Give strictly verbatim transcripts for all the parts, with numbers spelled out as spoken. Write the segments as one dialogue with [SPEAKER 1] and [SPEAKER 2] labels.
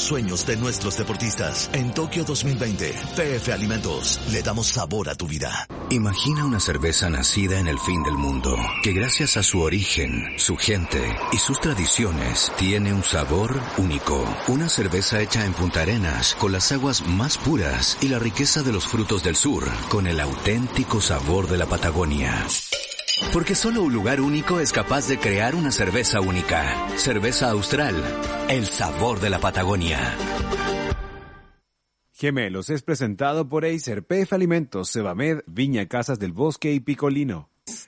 [SPEAKER 1] sueños de nuestros deportistas. En Tokio dos mil veinte, P F Alimentos, le damos sabor a tu vida.
[SPEAKER 2] Imagina una cerveza nacida en el fin del mundo, que gracias a su origen, su gente y sus tradiciones, tiene un sabor único. Una cerveza hecha en Punta Arenas, con las aguas más puras y la riqueza de los frutos del sur, con el auténtico sabor de la Patagonia. Porque solo un lugar único es capaz de crear una cerveza única. Cerveza Austral, el sabor de la Patagonia.
[SPEAKER 3] Gemelos es presentado por Acer, P F Alimentos, Sebamed, Viña Casas del Bosque y Picolino.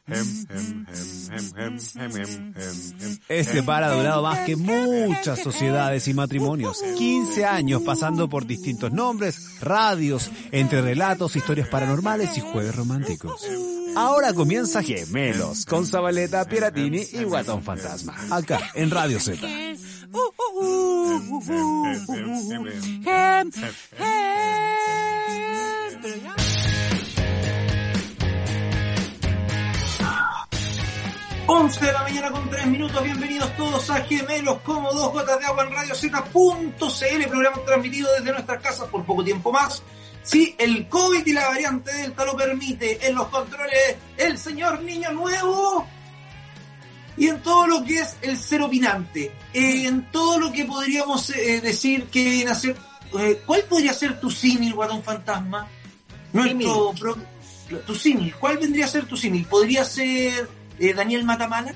[SPEAKER 3] Este par ha durado más que muchas sociedades y matrimonios. quince años pasando por distintos nombres, radios, entre relatos, historias paranormales y jueves románticos. Ahora comienza Gemelos, con Zabaleta, Pieratini y Guatón Fantasma. Acá, en Radio Z.
[SPEAKER 4] once de la mañana con tres minutos, bienvenidos todos a Gemelos como dos gotas de agua en Radio Z punto C L, programa transmitido desde nuestras casas por poco tiempo más. Si el COVID y la variante Delta lo permite, en los controles el señor Niño Nuevo y en todo lo que es el ser opinante, eh, en todo lo que podríamos eh, decir que viene a ser, eh, ¿cuál podría ser tu símil, Guatón Fantasma? Nuestro pro, tu símil, ¿cuál vendría a ser tu símil? ¿Podría ser eh, Daniel Matamala?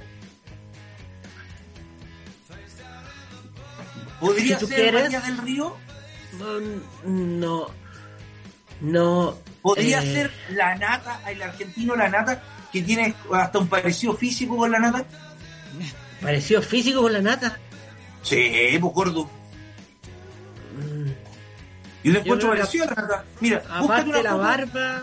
[SPEAKER 4] ¿Podría
[SPEAKER 5] si
[SPEAKER 4] ser María del Río?
[SPEAKER 5] No, no.
[SPEAKER 4] ¿Podría
[SPEAKER 5] eh...
[SPEAKER 4] ser la Nata, el argentino La Nata, que tiene hasta un parecido físico con la Nata?
[SPEAKER 5] ¿Parecido físico con la Nata?
[SPEAKER 4] Sí, pues gordo.
[SPEAKER 5] Mm.
[SPEAKER 4] Yo te encuentro parecido a la Nata. Mira,
[SPEAKER 5] aparte
[SPEAKER 4] una
[SPEAKER 5] la
[SPEAKER 4] foto.
[SPEAKER 5] Barba.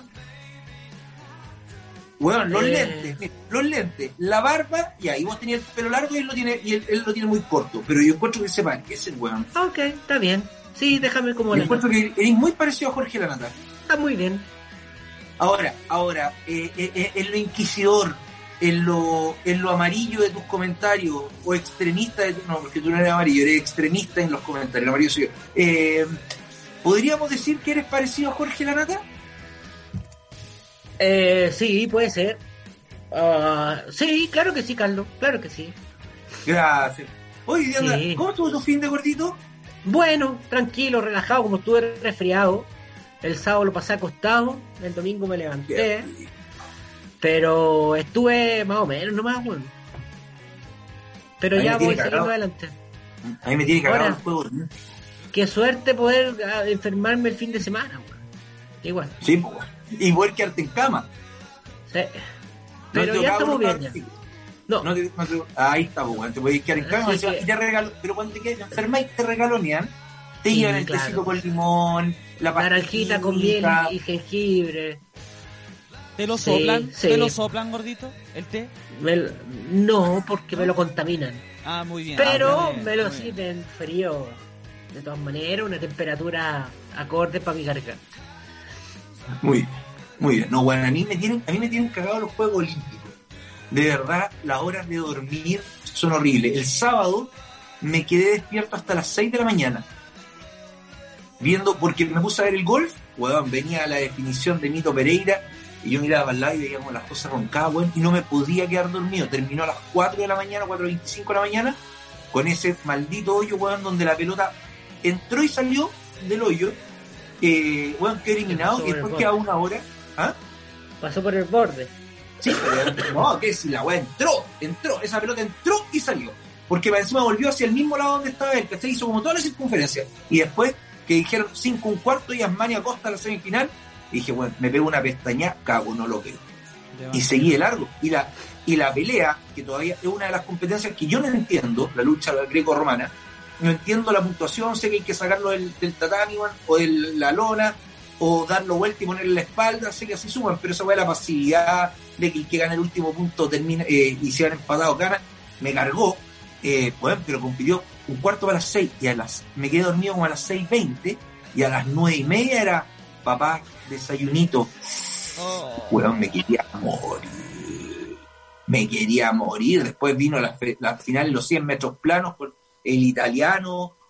[SPEAKER 4] Bueno, los
[SPEAKER 5] eh...
[SPEAKER 4] lentes, mira, los lentes, la barba, y ahí vos tenías el pelo largo y él lo tiene, y él, él lo tiene muy corto. Pero yo encuentro que se parece, ese weón.
[SPEAKER 5] Ah, ok, está bien. Sí, déjame como
[SPEAKER 4] Yo
[SPEAKER 5] la
[SPEAKER 4] encuentro que eres muy parecido a Jorge Lanata.
[SPEAKER 5] Está muy bien.
[SPEAKER 4] Ahora, ahora, eh, eh, en lo inquisidor, en lo, en lo amarillo de tus comentarios, o extremista de tu, no, porque tú no eres amarillo, eres extremista en los comentarios, el amarillo soy yo. Eh, ¿Podríamos decir que eres parecido a Jorge Lanata?
[SPEAKER 5] Eh, sí, puede ser. Uh, sí, claro que sí, Carlos, claro que sí.
[SPEAKER 4] Gracias. Oye, Diana,
[SPEAKER 5] sí.
[SPEAKER 4] ¿Cómo estuvo tu fin de gordito?
[SPEAKER 5] Bueno, tranquilo, relajado, como estuve resfriado. El sábado lo pasé acostado, el domingo me levanté. Bien. Pero estuve más o menos, nomás, bueno. Pero ya voy siguiendo adelante.
[SPEAKER 4] A mí me tiene cagado el juego.
[SPEAKER 5] Qué suerte poder enfermarme el fin de semana, bueno. Igual.
[SPEAKER 4] Sí, pues. Y poder quedarte en cama.
[SPEAKER 5] Sí. Pero no ya estamos bien ya.
[SPEAKER 4] No. no, te, no te, ahí está, pues, te puedes quedar en cama. Y te regalo, pero cuando te quedas enferma y te regalonean, te llevan sí, el claro. tecito con limón, la
[SPEAKER 5] naranjita con miel y jengibre.
[SPEAKER 6] ¿Te lo soplan? Sí, ¿Te sí. lo soplan, gordito? ¿El té?
[SPEAKER 5] Me, no, porque me lo contaminan.
[SPEAKER 6] Ah, muy bien.
[SPEAKER 5] Pero
[SPEAKER 6] ah, bien,
[SPEAKER 5] me lo sirven frío. De todas maneras, una temperatura acorde para mi garganta.
[SPEAKER 4] Muy bien, muy bien. No, bueno, a mí me tienen, a mí me tienen cagado los Juegos Olímpicos. De verdad, las horas de dormir son horribles. El sábado me quedé despierto hasta las seis de la mañana. Viendo, porque me puse a ver el golf, weón, venía la definición de Mito Pereira, y yo miraba al lado y veía como las cosas roncaban, weón, y no me podía quedar dormido. Terminó a las cuatro de la mañana, cuatro veinticinco de la mañana, con ese maldito hoyo, weón, donde la pelota entró y salió del hoyo. Eh, bueno, quedó eliminado y después queda una hora. ¿Ah?
[SPEAKER 5] Pasó por el borde.
[SPEAKER 4] Sí, pero no, que si la weá entró, entró, esa pelota entró y salió. Porque para encima volvió hacia el mismo lado donde estaba él, que se hizo como toda la circunferencia. Y después que dijeron cinco un cuarto y Asmania Costa a la semifinal, y dije, bueno, me pego una pestaña, cago, no lo veo. Y seguí de largo. Y la, y la pelea, que todavía es una de las competencias que yo no entiendo, la lucha greco-romana, no entiendo la puntuación, sé que hay que sacarlo del, del tatami, o de la lona, o darlo vuelta y ponerle la espalda, sé que así suman, pero esa fue la pasividad de que el que gana el último punto termina eh, y se han empatado gana, me cargó, eh, bueno, pero compitió un cuarto para las seis, y a las, me quedé dormido como a las seis veinte, y a las nueve y media era papá, desayunito. Oh. Weón, me quería morir, me quería morir. Después vino la, la final de los cien metros planos con el italiano,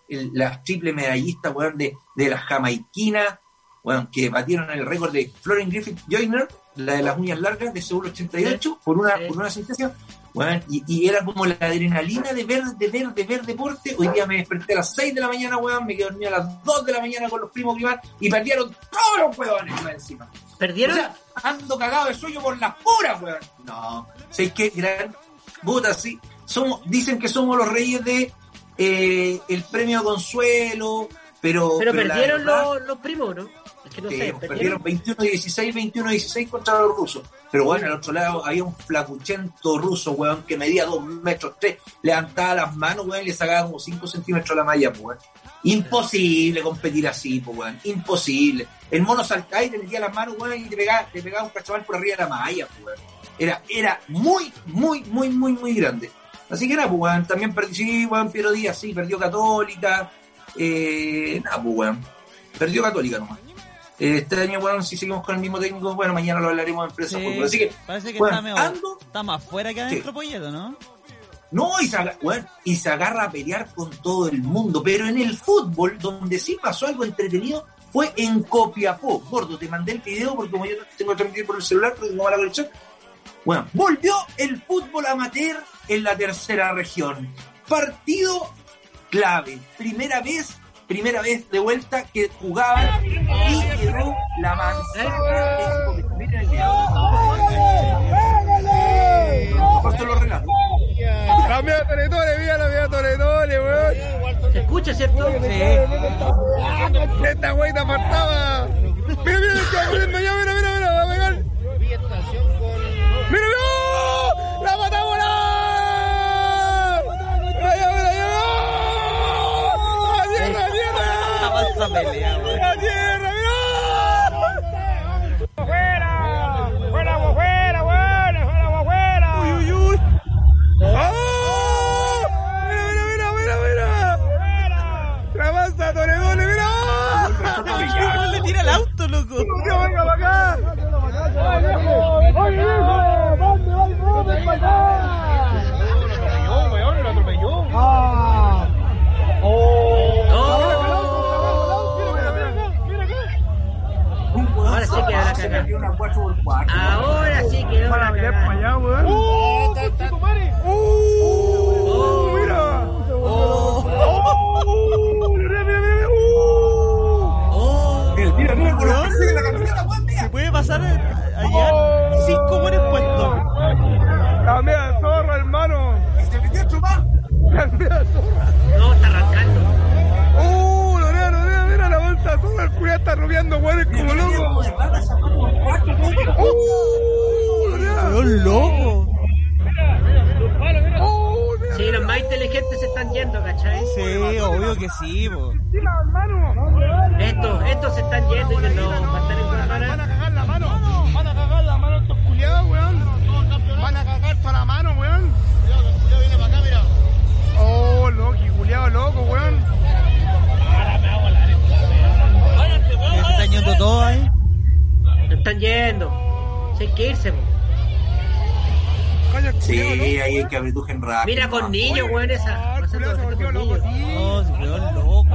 [SPEAKER 4] el, las triple medallistas, weón, de, de las jamaiquinas, weón, que batieron el récord de Florence Griffith Joyner, la de las uñas largas, de Seúl ochenta y ocho, por una, por una sentencia, weón, y, y era como la adrenalina de ver, de ver, de ver deporte. Hoy día me desperté a las seis de la mañana, weón, me quedé dormido a las dos de la mañana con los primos que iban, y perdieron todos los weones más encima.
[SPEAKER 5] ¿Perdieron?
[SPEAKER 4] O sea, ando cagado de sueño por las puras, weón. No, ¿sabes qué? Gran puta, sí. Somos, dicen que somos los reyes de eh, el premio Consuelo, pero...
[SPEAKER 5] Pero,
[SPEAKER 4] pero
[SPEAKER 5] perdieron
[SPEAKER 4] verdad,
[SPEAKER 5] los, los primos, ¿no? Es que no
[SPEAKER 4] que
[SPEAKER 5] sé,
[SPEAKER 4] perdieron,
[SPEAKER 5] perdieron
[SPEAKER 4] veintiuno dieciséis, veintiuno dieciséis contra los rusos. Pero bueno, al otro lado había un flacuchento ruso, weón, que medía dos metros tres, levantaba las manos, weón, y le sacaba como cinco centímetros a la malla, pues, weón. Imposible competir así, pues, weón. Imposible. El mono saltaba y te metía las manos, weón, y te pegaba, te pegaba un cachabal por arriba de la malla, pues, weón. Era, era muy, muy, muy, muy, muy grande. Así que nada, pues, weón. También perdió, sí, weón, Piero Díaz, sí, perdió Católica. Eh, nada, pues, weón. Perdió Católica nomás. Este año, bueno, si seguimos con el mismo técnico, bueno, mañana lo hablaremos en Empresa
[SPEAKER 6] Sí,
[SPEAKER 4] Fútbol. Así que,
[SPEAKER 6] parece que
[SPEAKER 4] bueno,
[SPEAKER 6] está, mejor,
[SPEAKER 4] ando,
[SPEAKER 6] está más fuera que adentro,
[SPEAKER 4] sí.
[SPEAKER 6] Polleto, ¿no?
[SPEAKER 4] No, y se, agarra, bueno, y se agarra a pelear con todo el mundo. Pero en el fútbol, donde sí pasó algo entretenido, fue en Copiapó. Gordo, te mandé el video porque como yo tengo que transmitir por el celular, porque no va la conexión. Bueno, volvió el fútbol amateur en la tercera región. Partido clave. Primera vez, primera vez de vuelta que jugaban y quedó la manzana en Copiapó. Miren el video. Corto los relatos.
[SPEAKER 7] La mía Toretole, mira la mía Toretole, weón.
[SPEAKER 5] ¿Se escucha, cierto?
[SPEAKER 6] Sí.
[SPEAKER 7] Esta güeyita faltaba. Mira, mira, me está corriendo ya, mira, mira, mira, va a pegar. Mira, mira, ¡oh! La pata volada. Mira, mira, mira, ¡oh! La tierra, la tierra.
[SPEAKER 6] Avanza pelea, weón.
[SPEAKER 7] La tierra, mira. Fuera, fuera, fuera, weón, fuera, fuera. Uy, uy, uy. ¡Oh! Mira, mira, mira, mira, mira. La manza Toredole, mira.
[SPEAKER 6] ¿Cómo le tira el auto, loco?
[SPEAKER 7] ¡Que venga para acá! ¡Oye, viejo! ¡Oye, viejo! ¡Mande, vale, vale, para acá! Lo atropelló, weón, lo atropelló. ¡Ah! ¡Oh!
[SPEAKER 5] Ahora sí que ahora cagar. Ahora sí que ahora
[SPEAKER 7] Para allá, para
[SPEAKER 5] cagar.
[SPEAKER 7] allá, weón. ¡Oh! ¡Oh! ¡Mira! ¡Oh! ¡Mira, mira, mira!
[SPEAKER 5] Oh,
[SPEAKER 4] Mira, mira, mira, por la persigue la camiseta, weón, mira.
[SPEAKER 6] Se puede pasar a, a llegar cinco buenos puestos.
[SPEAKER 7] La media zorra, hermano.
[SPEAKER 4] Y se metió a chupar.
[SPEAKER 7] La media zorra.
[SPEAKER 5] no, está arrancando.
[SPEAKER 7] ¡Uh! Lorea, Lorea, mira la bolsa zorra. El culiao está rodeando hueones como loco. ¡Uh! Lorea.
[SPEAKER 6] Weón, loco.
[SPEAKER 7] ¡Uh! Mira,
[SPEAKER 5] Sí, los más inteligentes se están yendo, ¿cachai?
[SPEAKER 6] Sí, obvio que sí, po.
[SPEAKER 7] encima, hermano.
[SPEAKER 5] Estos, estos se están yendo y que no van a estar en
[SPEAKER 7] Van a
[SPEAKER 5] cámara.
[SPEAKER 7] cagar la mano. Van a cagar la mano estos culiados, weón. Van a cagar para la mano, weón. Cuidado, que el culiao viene para acá, mira. Oh, loco, culiado loco, weón.
[SPEAKER 6] Que se están yendo todos ahí.
[SPEAKER 5] Se están yendo. Sí, hay que irse, po.
[SPEAKER 7] Calla, el
[SPEAKER 4] Sí,
[SPEAKER 7] culiao, loco.
[SPEAKER 4] ahí hay que apretujen rápido.
[SPEAKER 5] Mira con niños, weón, esa.
[SPEAKER 7] Ah, el
[SPEAKER 5] Pasando
[SPEAKER 7] culiao se
[SPEAKER 5] la gente
[SPEAKER 7] volvió
[SPEAKER 5] con
[SPEAKER 7] loco,
[SPEAKER 5] niños.
[SPEAKER 7] sí.
[SPEAKER 6] Oh, se weón, loco.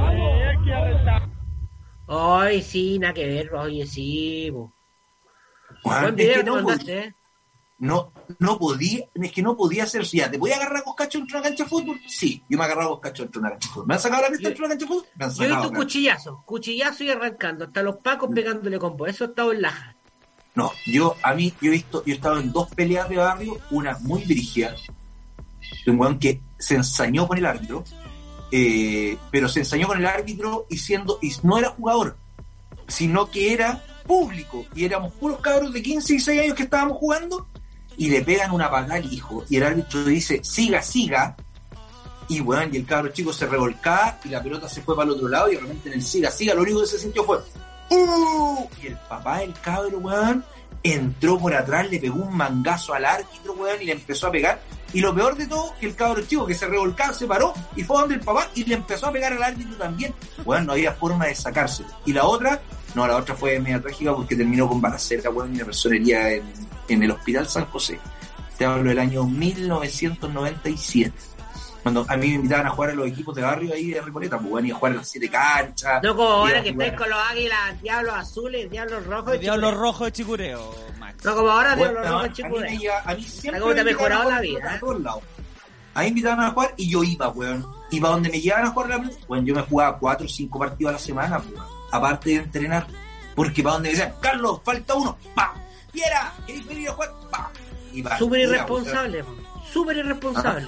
[SPEAKER 5] Ay, sí, nada que ver, oye, sí, po.
[SPEAKER 4] Juan,
[SPEAKER 5] Buen
[SPEAKER 4] es
[SPEAKER 5] video
[SPEAKER 4] que
[SPEAKER 5] te
[SPEAKER 4] no,
[SPEAKER 5] mandaste, ¿eh?
[SPEAKER 4] no, no podía, es que no podía hacer eso. Ya, ¿te voy a agarrar a Coscacho entre una cancha de fútbol? Sí, yo me agarraba a Coscacho entre una cancha de fútbol. ¿Me han sacado la pista
[SPEAKER 5] Yo-
[SPEAKER 4] entre una cancha de fútbol? Me han
[SPEAKER 5] Yo he
[SPEAKER 4] sacado.
[SPEAKER 5] visto un
[SPEAKER 4] la-
[SPEAKER 5] cuchillazo, cuchillazo y arrancando, hasta los pacos pegándole combo, eso ha estado en Laja.
[SPEAKER 4] No, yo, a mí, yo he visto, yo he estado en dos peleas de barrio, una muy dirigida, de un weón que se ensañó con el árbitro, eh, pero se ensañó con el árbitro y siendo, y no era jugador, sino que era público, y éramos puros cabros de quince y dieciséis años que estábamos jugando, y le pegan una patada al hijo, y el árbitro dice, siga, siga, y weón, y el cabro chico se revolcaba, y la pelota se fue para el otro lado, y realmente en el siga, siga, lo único que se sintió fue, ¡uh! Y el papá del cabro, weón, entró por atrás, le pegó un mangazo al árbitro, weón, y le empezó a pegar. Y lo peor de todo, que el cabro chico que se revolcaba, se paró y fue donde el papá y le empezó a pegar al árbitro también. Weón, no había forma de sacarse. Y la otra, no, la otra fue media trágica porque terminó con balacera, weón, y una personería en, en el Hospital San José. Te hablo del año mil novecientos noventa y siete. Cuando a mí me invitaban a jugar a los equipos de barrio ahí de Recoleta, pues bueno, iba a jugar en las siete canchas.
[SPEAKER 5] No como ahora que estáis con los águilas, diablos azules, diablos rojos.
[SPEAKER 6] Diablos rojos de Chicureo, Max.
[SPEAKER 5] No como ahora,
[SPEAKER 4] bueno,
[SPEAKER 5] diablos
[SPEAKER 4] no,
[SPEAKER 5] rojos de Chicureo.
[SPEAKER 4] A mí, me, a mí siempre
[SPEAKER 5] ¿Cómo te ha
[SPEAKER 4] me
[SPEAKER 5] mejorado la
[SPEAKER 4] a
[SPEAKER 5] vida?
[SPEAKER 4] A todos lados. A mí me invitaban a jugar y yo iba, weón. Y para donde me llevaban a jugar la pelota, bueno, yo me jugaba cuatro o cinco partidos a la semana, weón. Aparte de entrenar. Porque para donde me decían, Carlos, falta uno, ¡pam! ¡Fiera! ¿Queréis venir a jugar? ¡pam!
[SPEAKER 5] Súper irresponsable, súper irresponsable.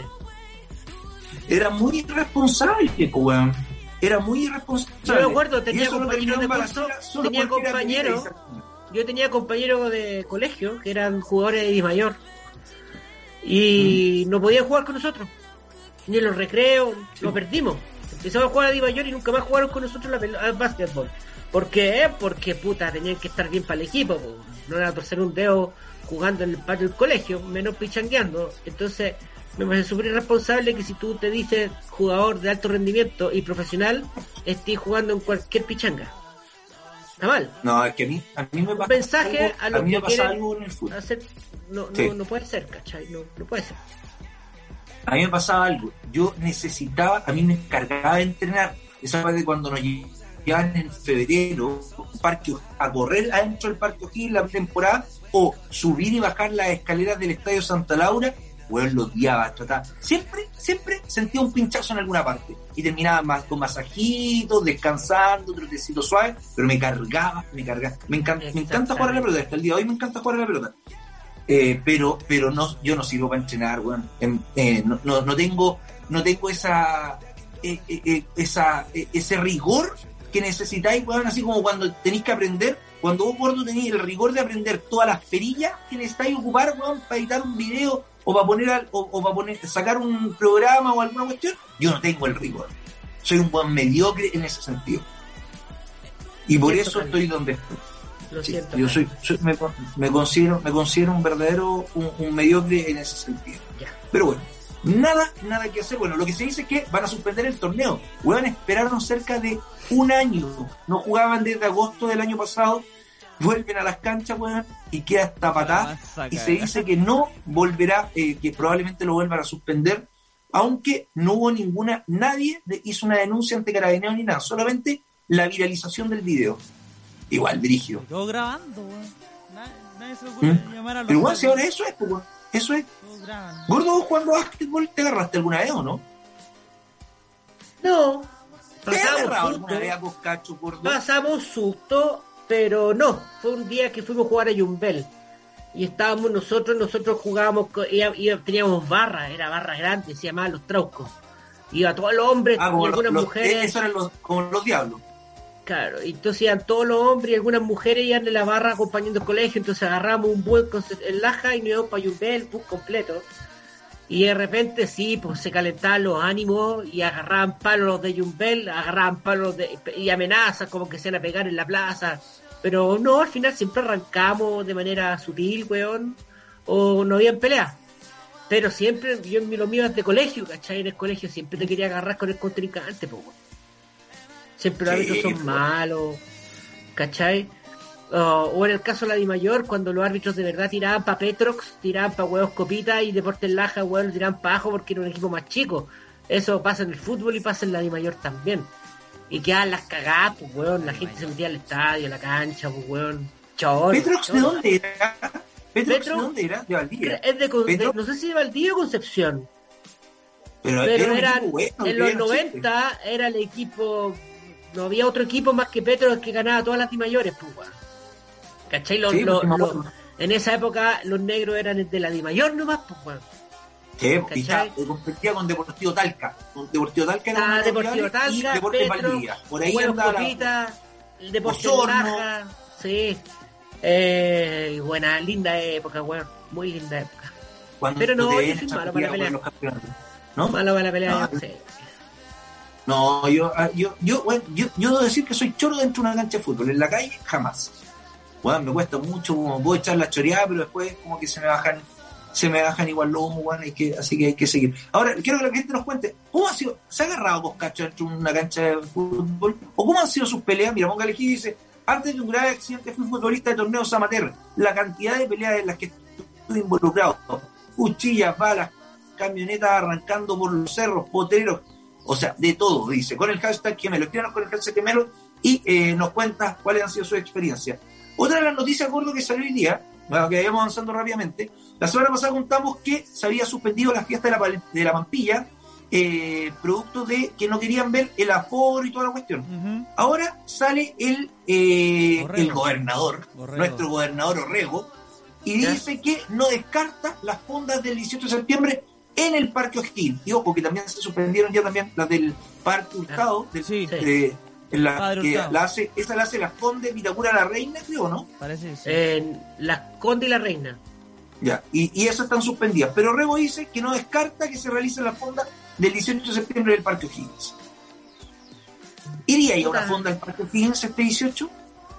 [SPEAKER 4] Era muy irresponsable, weón. Era muy irresponsable.
[SPEAKER 5] Yo me acuerdo, tenía compañeros de curso, tenía compañeros, yo tenía compañeros de colegio que eran jugadores de Dimayor y mm. no podían jugar con nosotros. Ni en los recreos, sí. Lo perdimos. Empezamos a jugar a Dimayor y nunca más jugaron con nosotros la pel- al básquetbol. ¿Por qué? Porque puta, tenían que estar bien para el equipo, po. No era torcer un dedo jugando en el patio del colegio, menos pichangueando. Entonces me parece súper irresponsable que si tú te dices jugador de alto rendimiento y profesional, estés jugando en cualquier pichanga. Está mal.
[SPEAKER 4] No, es que a mí, a mí me pasa
[SPEAKER 5] mensaje
[SPEAKER 4] algo,
[SPEAKER 5] a lo
[SPEAKER 4] a mí
[SPEAKER 5] que
[SPEAKER 4] me pasa
[SPEAKER 5] quieren
[SPEAKER 4] algo en el fútbol.
[SPEAKER 5] Hacer, no,
[SPEAKER 4] sí.
[SPEAKER 5] no, no puede ser, ¿cachai? No, no puede ser.
[SPEAKER 4] A mí me pasaba algo. Yo necesitaba, a mí me encargaba de entrenar. Esa parte de cuando nos llevaban en febrero parque, a correr adentro del Parque O'Higgins la temporada, o subir y bajar las escaleras del Estadio Santa Laura, weón, lo odiaba, trataba. Siempre, siempre sentía un pinchazo en alguna parte. Y terminaba más con masajitos, descansando, trotecito suave, pero me cargaba, me cargaba. Me encanta, me encanta jugar a la pelota, hasta el día de hoy me encanta jugar a la pelota. Eh, pero, pero no, yo no sirvo para entrenar, weón. Eh, eh, no, no, no tengo, no tengo esa, eh, eh, esa, eh, ese rigor que necesitáis, weón, así como cuando tenéis que aprender, cuando vos, gordo, tenéis el rigor de aprender todas las perillas que necesitáis ocupar, weón, para editar un video o para poner, al, o, o para poner, sacar un programa o alguna cuestión, yo no tengo el rigor. Soy un buen mediocre en ese sentido. Y por eso estoy donde estoy.
[SPEAKER 5] Lo
[SPEAKER 4] sí,
[SPEAKER 5] siento,
[SPEAKER 4] yo soy, soy me, me considero me considero un verdadero un, un mediocre en ese sentido.
[SPEAKER 5] Ya.
[SPEAKER 4] Pero bueno, nada nada que hacer. Bueno, lo que se dice es que van a suspender el torneo. Weón, esperaron cerca de un año, no jugaban desde agosto del año pasado, vuelven a las canchas, weón, y queda hasta patada, y se dice que no volverá, eh, que probablemente lo vuelvan a suspender, aunque no hubo ninguna, nadie hizo una denuncia ante Carabineros ni nada, solamente la viralización del video. Igual, dirigido.
[SPEAKER 6] Todo grabando, weón. Nadie, nadie se le ocurre
[SPEAKER 4] ¿Mm?
[SPEAKER 6] llamar a los...
[SPEAKER 4] Pero igual, si ahora eso es, pues, eso es. Gordo, ¿vos jugando básquetbol te agarraste alguna vez o no?
[SPEAKER 5] No.
[SPEAKER 4] ¿Te has
[SPEAKER 5] Pasamos
[SPEAKER 4] agarrado
[SPEAKER 5] susto,
[SPEAKER 4] alguna vez a Coscacho, gordo?
[SPEAKER 5] pasamos susto, pero no. Fue un día que fuimos a jugar a Yumbel. Y estábamos nosotros, nosotros jugábamos, y, y teníamos barra, era barra grande, se llamaba Los Traucos. Iba todos los hombres
[SPEAKER 4] Ah,
[SPEAKER 5] y
[SPEAKER 4] como
[SPEAKER 5] algunas
[SPEAKER 4] los,
[SPEAKER 5] mujeres.
[SPEAKER 4] Esos eran los, como los diablos.
[SPEAKER 5] Claro, y entonces iban todos los hombres y algunas mujeres iban de la barra acompañando el colegio, entonces agarramos un bus en Laja y nos íbamos para Yumbel, bus completo. Y de repente sí, pues se calentaban los ánimos y agarraban palos los de Yumbel, agarraban palos de, y amenazas como que se iban a pegar en la plaza. Pero no, al final siempre arrancamos de manera sutil, weón, o no habían peleas. Pero siempre, yo en lo mío es de colegio, ¿cachai? En el colegio siempre te quería agarrar con el contrincante, pues, weón. Siempre los
[SPEAKER 4] Sí,
[SPEAKER 5] árbitros son
[SPEAKER 4] pues.
[SPEAKER 5] malos, ¿cachai? Uh, o en el caso de la Dimayor, cuando los árbitros de verdad tiraban para Petrox, tiraban para Huevos Copita y Deportes Laja, huevos, tiraban para abajo porque era un equipo más chico. Eso pasa en el fútbol y pasa en la Dimayor también. Y quedaban las cagadas, pues, weón, la gente se metía al estadio, a la cancha, pues, weón. Chor,
[SPEAKER 4] ¿Petrox de
[SPEAKER 5] chor.
[SPEAKER 4] dónde era? ¿Petrox de
[SPEAKER 5] Petro-
[SPEAKER 4] dónde era? De Valdivia.
[SPEAKER 5] Es de, Con- de-
[SPEAKER 4] Petro-
[SPEAKER 5] no sé si de Valdivia o Concepción,
[SPEAKER 4] Pero,
[SPEAKER 5] pero
[SPEAKER 4] un
[SPEAKER 5] eran,
[SPEAKER 4] equipo bueno,
[SPEAKER 5] en los
[SPEAKER 4] que no existe.
[SPEAKER 5] noventa era el equipo, no había otro equipo más que Petro que ganaba todas las Dimayores, pues, weón. ¿Cachai? Los,
[SPEAKER 4] Sí,
[SPEAKER 5] los-
[SPEAKER 4] pues, sí me
[SPEAKER 5] los-
[SPEAKER 4] acuerdo.
[SPEAKER 5] en esa época los negros eran de la Dimayor nomás, pues, weón.
[SPEAKER 4] Sí, y
[SPEAKER 5] ¿Cachai?
[SPEAKER 4] está- eh, competía con Deportivo Talca. Con Deportivo Talca era
[SPEAKER 5] Ah,
[SPEAKER 4] una de las
[SPEAKER 5] Deportivo
[SPEAKER 4] rivales y
[SPEAKER 5] Talca,
[SPEAKER 4] Deportes
[SPEAKER 5] Petro,
[SPEAKER 4] Valdivia. Por ahí
[SPEAKER 5] Huevos
[SPEAKER 4] andaba la-
[SPEAKER 5] Copita, el Deportes
[SPEAKER 4] Osorno.
[SPEAKER 5] Laja, sí. Eh, buena, linda época, weón. Muy linda época.
[SPEAKER 4] cuando
[SPEAKER 5] pero no,
[SPEAKER 4] te
[SPEAKER 5] yo
[SPEAKER 4] ven
[SPEAKER 5] soy
[SPEAKER 4] esa
[SPEAKER 5] malo para
[SPEAKER 4] pelea
[SPEAKER 5] pelear.
[SPEAKER 4] por los campeonatos. ¿No?
[SPEAKER 5] Malo para la pelea,
[SPEAKER 4] No,
[SPEAKER 5] sí.
[SPEAKER 4] No, yo, ah, yo, yo, bueno, yo, yo debo decir que soy choro dentro de una cancha de fútbol. En la calle, jamás. Bueno, me cuesta mucho, como puedo echar la choreada, pero después como que se me bajan, se me bajan igual los humos, bueno, hay que, así que hay que seguir. Ahora, quiero que la gente nos cuente, ¿cómo ha sido, se ha agarrado Coscacho dentro de una cancha de fútbol? ¿O cómo han sido sus peleas? Mira, póngale aquí, dice, antes de un grave accidente fui futbolista de torneos amateur. La cantidad de peleas en las que estuve involucrado, cuchillas, balas, camionetas arrancando por los cerros, potreros, o sea, de todo, dice, con el hashtag gemelo. Escríbanos con el hashtag gemelo y eh, nos cuentas cuáles han sido sus experiencias. Otra de las noticias, gordo, que salió hoy día, bueno, que vayamos avanzando rápidamente, la semana pasada contamos que se había suspendido la fiesta de la, de la Pampilla, eh, producto de que no querían ver el aforo y toda la cuestión. Uh-huh. Ahora sale el, eh, el gobernador, Borrego. nuestro gobernador Orrego, y ¿Ya? dice que no descarta las fondas del dieciocho de septiembre en el Parque O'Higgins. Y ojo, que también se suspendieron ya también las del Parque Hurtado, del,
[SPEAKER 6] sí.
[SPEAKER 4] de, la, que la hace, esa la hace las Condes, Vitacura La Reina, creo, ¿no?
[SPEAKER 5] Parece que sí. Eh, las Condes y La Reina.
[SPEAKER 4] Ya, y, y esas están suspendidas. Pero Rego dice que no descarta que se realicen las fondas del dieciocho de septiembre del Parque O'Higgins. ¿Iría ahí a una fonda del Parque O'Higgins este dieciocho?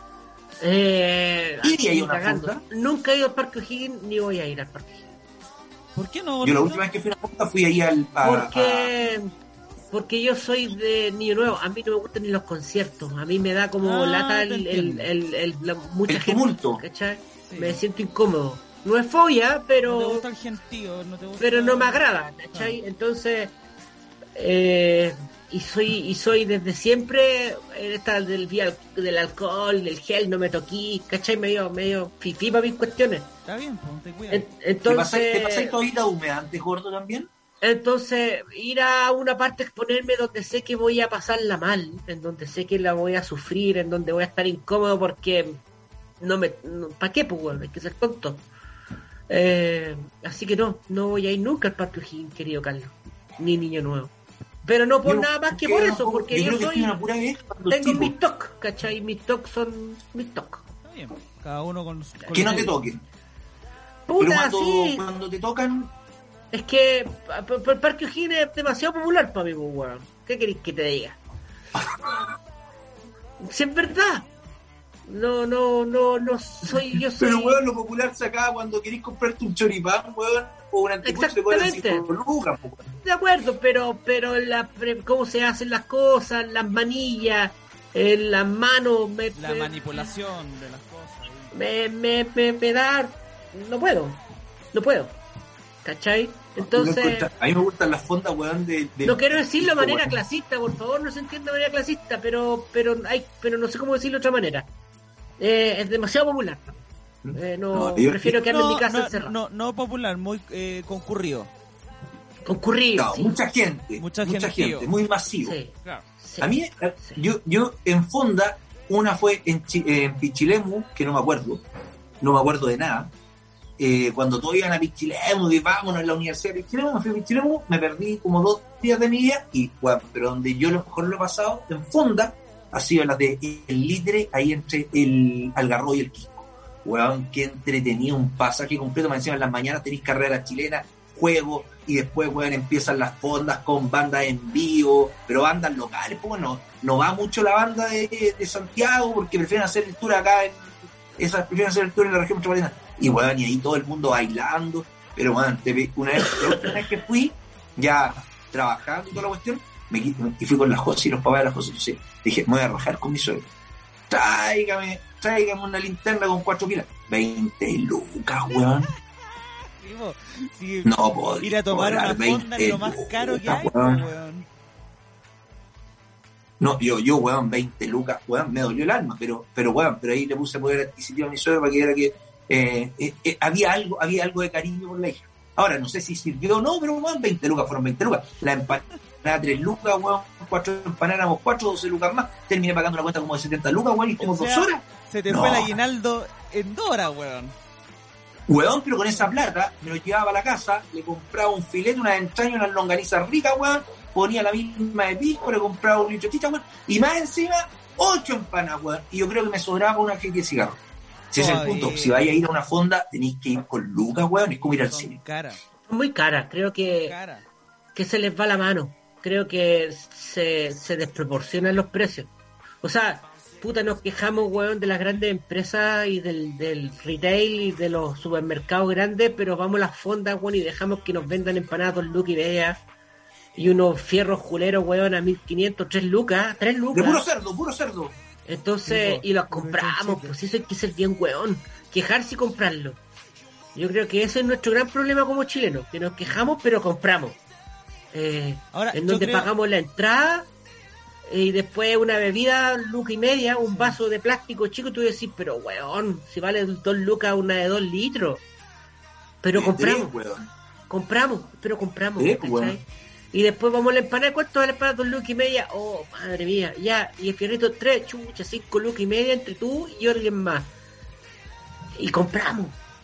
[SPEAKER 5] Eh,
[SPEAKER 4] ¿Iría ahí a una fonda?
[SPEAKER 5] Nunca he ido al Parque O'Higgins ni voy a ir al Parque O'Higgins.
[SPEAKER 6] ¿Por qué no?
[SPEAKER 4] Yo la última vez que fui a una fonda fui ahí al... A,
[SPEAKER 5] porque... A... Porque yo soy de Niño Nuevo, a mí no me gustan ni los conciertos, a mí me da como ah, lata el, el, el, el, la, mucha
[SPEAKER 4] el
[SPEAKER 5] gente,
[SPEAKER 4] tumulto.
[SPEAKER 5] ¿cachai? Sí. Me siento incómodo. No es fobia, pero...
[SPEAKER 6] No te gusta el gentío, no te gusta...
[SPEAKER 5] Pero no me agrada, ¿cachai? Ah. Entonces, eh, y soy y soy desde siempre esta del, del alcohol, del gel, no me toquí, ¿cachai? Medio, medio fifí para mis cuestiones.
[SPEAKER 6] Está bien, ponte cuidado. En,
[SPEAKER 5] entonces...
[SPEAKER 4] ¿Te pasáis todavía húmeda antes, gordo, también?
[SPEAKER 5] Entonces, ir a una parte a exponerme donde sé que voy a pasarla mal, en donde sé que la voy a sufrir, en donde voy a estar incómodo porque no me... No, ¿para qué, pues, bueno? Hay que ser tonto. Eh, así que no, no voy a ir nunca al Parque O'Higgins, querido Carlos, ni Niño Nuevo. Pero no por yo, nada más que por eso, poco, porque yo, yo soy... Tengo mis tocs, ¿cachai? Mis tocs son mis tocs.
[SPEAKER 6] Está bien, cada uno con... con
[SPEAKER 4] que no te toquen.
[SPEAKER 5] Puta,
[SPEAKER 4] pero cuando,
[SPEAKER 5] sí.
[SPEAKER 4] cuando te tocan...
[SPEAKER 5] Es que el Parque O'Higgins es demasiado popular para mí, pues, weón. ¿Qué querés que te diga? Si es verdad. No, no, no, no soy yo soy...
[SPEAKER 4] Pero, weón, lo popular se acaba cuando querés comprarte un choripán, weón, o un anticucho de cosas así por lucas, weón.
[SPEAKER 5] De acuerdo, pero, pero la, cómo se hacen las cosas, las manillas, eh, las manos... Me,
[SPEAKER 6] la me, manipulación de las cosas.
[SPEAKER 5] Me, me, me, me da... No puedo, no puedo. ¿Cachai? Entonces...
[SPEAKER 4] A mí me gustan las fondas, weón, de... de
[SPEAKER 5] no quiero decirlo de manera weón. clasista, por favor, no se entienda de manera clasista, pero pero hay pero no sé cómo decirlo de otra manera. Eh, es demasiado popular. Eh, no, no yo, prefiero quedarme
[SPEAKER 6] no,
[SPEAKER 5] en mi casa
[SPEAKER 6] no,
[SPEAKER 5] encerrado.
[SPEAKER 6] No, no popular, muy eh, concurrido.
[SPEAKER 5] Concurrido,
[SPEAKER 4] no,
[SPEAKER 5] sí.
[SPEAKER 4] Mucha gente,
[SPEAKER 6] mucha,
[SPEAKER 4] mucha
[SPEAKER 6] gente,
[SPEAKER 4] gente, muy masivo.
[SPEAKER 5] Sí, claro, sí,
[SPEAKER 4] a mí, sí. yo yo en fonda, una fue en, en Pichilemu, que no me acuerdo, no me acuerdo de nada. Eh, cuando todos iban a Pichilemu y vámonos en la universidad de Pichilemu, me fui a Pichilemu, me perdí como dos días de mi vida y bueno, pero donde yo lo mejor lo he pasado en fonda ha sido la de el Litre, ahí entre el Algarrobo y el Quisco. Weón, qué entretenido, un pasaje completo, me encima en las mañanas tenéis carreras chilenas, juegos, y después weón empiezan las fondas con bandas en vivo, pero bandas locales, pues bueno, no va mucho la banda de, de Santiago porque prefieren hacer el tour acá en esas prefieren hacer el tour en la región metropolitana. Y bueno, y ahí todo el mundo bailando, pero bueno, una vez, la última vez que fui, ya trabajando y toda la cuestión, me y fui con la José y los papás de la José, entonces dije, me voy a rajar con mi suegro, tráigame, tráigame una linterna con cuatro pilas, veinte lucas, weón.
[SPEAKER 6] Sí,
[SPEAKER 4] no puedo
[SPEAKER 6] ir a tomar una fonda es lo más caro que hay, weón. weón.
[SPEAKER 4] No, yo, yo, weón, veinte lucas, weón, me dolió el alma, pero, pero weón, pero ahí le puse poder adquisitivo a mi suegro para que era que Eh, eh, eh, había algo había algo de cariño por la hija. Ahora no sé si sirvió o no, pero weón, veinte lucas fueron veinte lucas. La empanada tres lucas, weón, cuatro empanadas éramos cuatro, doce lucas más. Terminé pagando la cuenta como de setenta lucas, weón, y como o sea, dos horas.
[SPEAKER 6] Se te no. fue el aguinaldo en Dora, weón.
[SPEAKER 4] Weón, pero con esa plata me lo llevaba a la casa, le compraba un filete, una entraña, unas longanizas ricas, weón, ponía la misma de pisco, le compraba un litro de chicha, weón, y más encima, ocho empanadas, weón. Y yo creo que me sobraba una caja de cigarro. Si ese es el punto, si vais a ir a una fonda, tenéis que ir con lucas, weón, es como ir al
[SPEAKER 6] Son
[SPEAKER 4] cine.
[SPEAKER 6] Cara.
[SPEAKER 5] Muy cara, creo que cara. que se les va la mano. Creo que se, se desproporcionan los precios. O sea, puta, nos quejamos, weón, de las grandes empresas y del, del retail y de los supermercados grandes, pero vamos a las fondas, weón, y dejamos que nos vendan empanadas dos lucas y media y unos fierros juleros, weón, a mil quinientos, tres lucas, tres lucas.
[SPEAKER 4] De puro cerdo, puro cerdo.
[SPEAKER 5] Entonces, y los compramos, pues eso hay que ser bien weón, quejarse y comprarlo. Yo creo que ese es nuestro gran problema como chilenos, que nos quejamos pero compramos. Eh,
[SPEAKER 6] Ahora,
[SPEAKER 5] en donde
[SPEAKER 6] creo...
[SPEAKER 5] pagamos la entrada y después una bebida, luca y media, un vaso de plástico chico, tú decís, pero weón, si vale dos lucas una de dos litros. Pero compramos,
[SPEAKER 4] tres,
[SPEAKER 5] compramos, pero compramos.
[SPEAKER 4] tres, weón.
[SPEAKER 5] Y después vamos a la empanada, ¿cuánto vale la empanada? Dos lucas y media, oh, madre mía, ya, y el fierrito tres, chucha, cinco lucas y media entre tú y alguien más. Y compramos.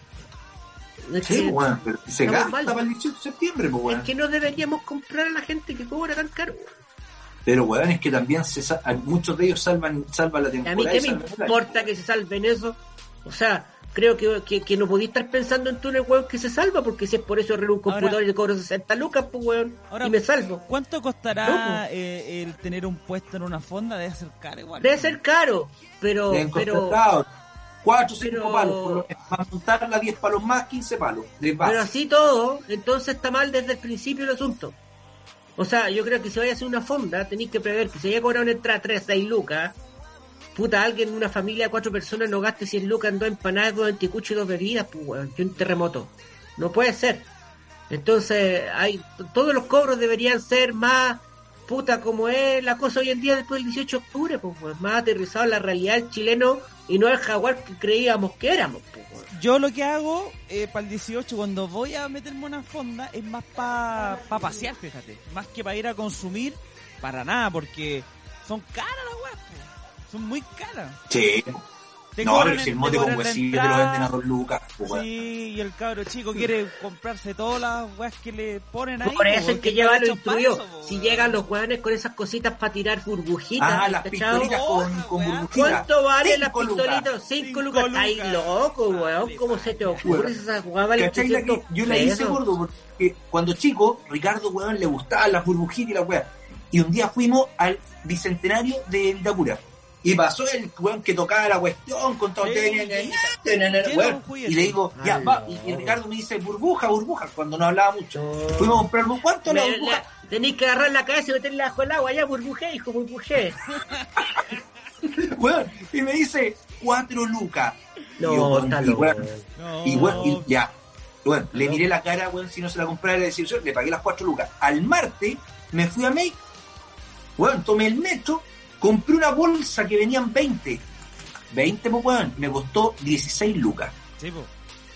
[SPEAKER 4] Es sí, que, bueno, pero se gasta mal. Para el dieciocho de septiembre, pues, bueno.
[SPEAKER 5] Es que no deberíamos comprar a la gente que cobra tan caro.
[SPEAKER 4] Pero, weón, es que también se sal... muchos de ellos salvan, salvan la temporada.
[SPEAKER 5] A mí, ¿qué me importa que se salven eso? O sea, creo que, que, que no podía estar pensando en tú en el weón que se salva, porque si es por eso arreglo un computador ahora, y le cobro sesenta lucas, pues, weón, ahora, y me salvo.
[SPEAKER 6] ¿Cuánto costará no, pues. eh, el tener un puesto en una fonda? Debe ser caro igual.
[SPEAKER 5] Debe ser caro, pero... pero
[SPEAKER 4] cuatro o cinco palos, para montarla diez palos más, quince palos.
[SPEAKER 5] Pero así todo, entonces está mal desde el principio el asunto. O sea, yo creo que si vaya a hacer una fonda, tenéis que prever que si vaya a cobrar una entrada tres, seis lucas, puta, alguien en una familia de cuatro personas no gaste cien lucas en dos empanadas, dos anticuchos y dos bebidas, pues, weón, que un terremoto. No puede ser. Entonces, hay todos los cobros deberían ser más, puta, como es la cosa hoy en día después del dieciocho de octubre, pues, weón, más aterrizado en la realidad del chileno y no el jaguar que creíamos que éramos, pues, weón.
[SPEAKER 6] Yo lo que hago eh, para el dieciocho, cuando voy a meterme una fonda, es más para pa pasear, fíjate. Más que para ir a consumir, para nada, porque son caras las weas, son muy caras.
[SPEAKER 4] Sí.
[SPEAKER 6] Te
[SPEAKER 4] no, pero si el mote con huesillo te lo venden a dos lucas. Pues,
[SPEAKER 6] sí, y el cabro chico quiere comprarse todas las weas que le ponen ahí.
[SPEAKER 5] Por eso es que lleva lo instruido. Si llegan los hueones con esas cositas para tirar burbujitas.
[SPEAKER 4] Ah, las pistolitas con, con burbujitas.
[SPEAKER 5] ¿Cuánto valen las pistolitas? Cinco lucas. Ay, loco, weón. ¿Cómo se te ocurre esa jugada? Vale
[SPEAKER 4] yo la hice, gordo, porque cuando chico, Ricardo, weón, le gustaban las burbujitas y la weá. Y un día fuimos al bicentenario de Vitacura. Y pasó el weón que tocaba la cuestión con todo. Sí, y le digo, ya, va. Y, y Ricardo me dice, burbuja, burbuja, cuando no hablaba mucho. No. Fuimos a comprar burbuja. ¿Cuánto la burbuja?
[SPEAKER 5] Tenéis que agarrar la cabeza y meterla bajo el agua. Ya, burbujé, hijo, burbujé.
[SPEAKER 4] Weón, y me dice, cuatro lucas.
[SPEAKER 5] No, yo, está y, loco.
[SPEAKER 4] No. Y weón, y ya. Bueno, le miré la cara, weón, si no se la comprara la distribución, le pagué las cuatro lucas. Al martes me fui a Make. Weón, tomé el metro. Compré una bolsa que venían veinte. veinte, pues, weón. Me costó dieciséis lucas.
[SPEAKER 6] Sí, pues.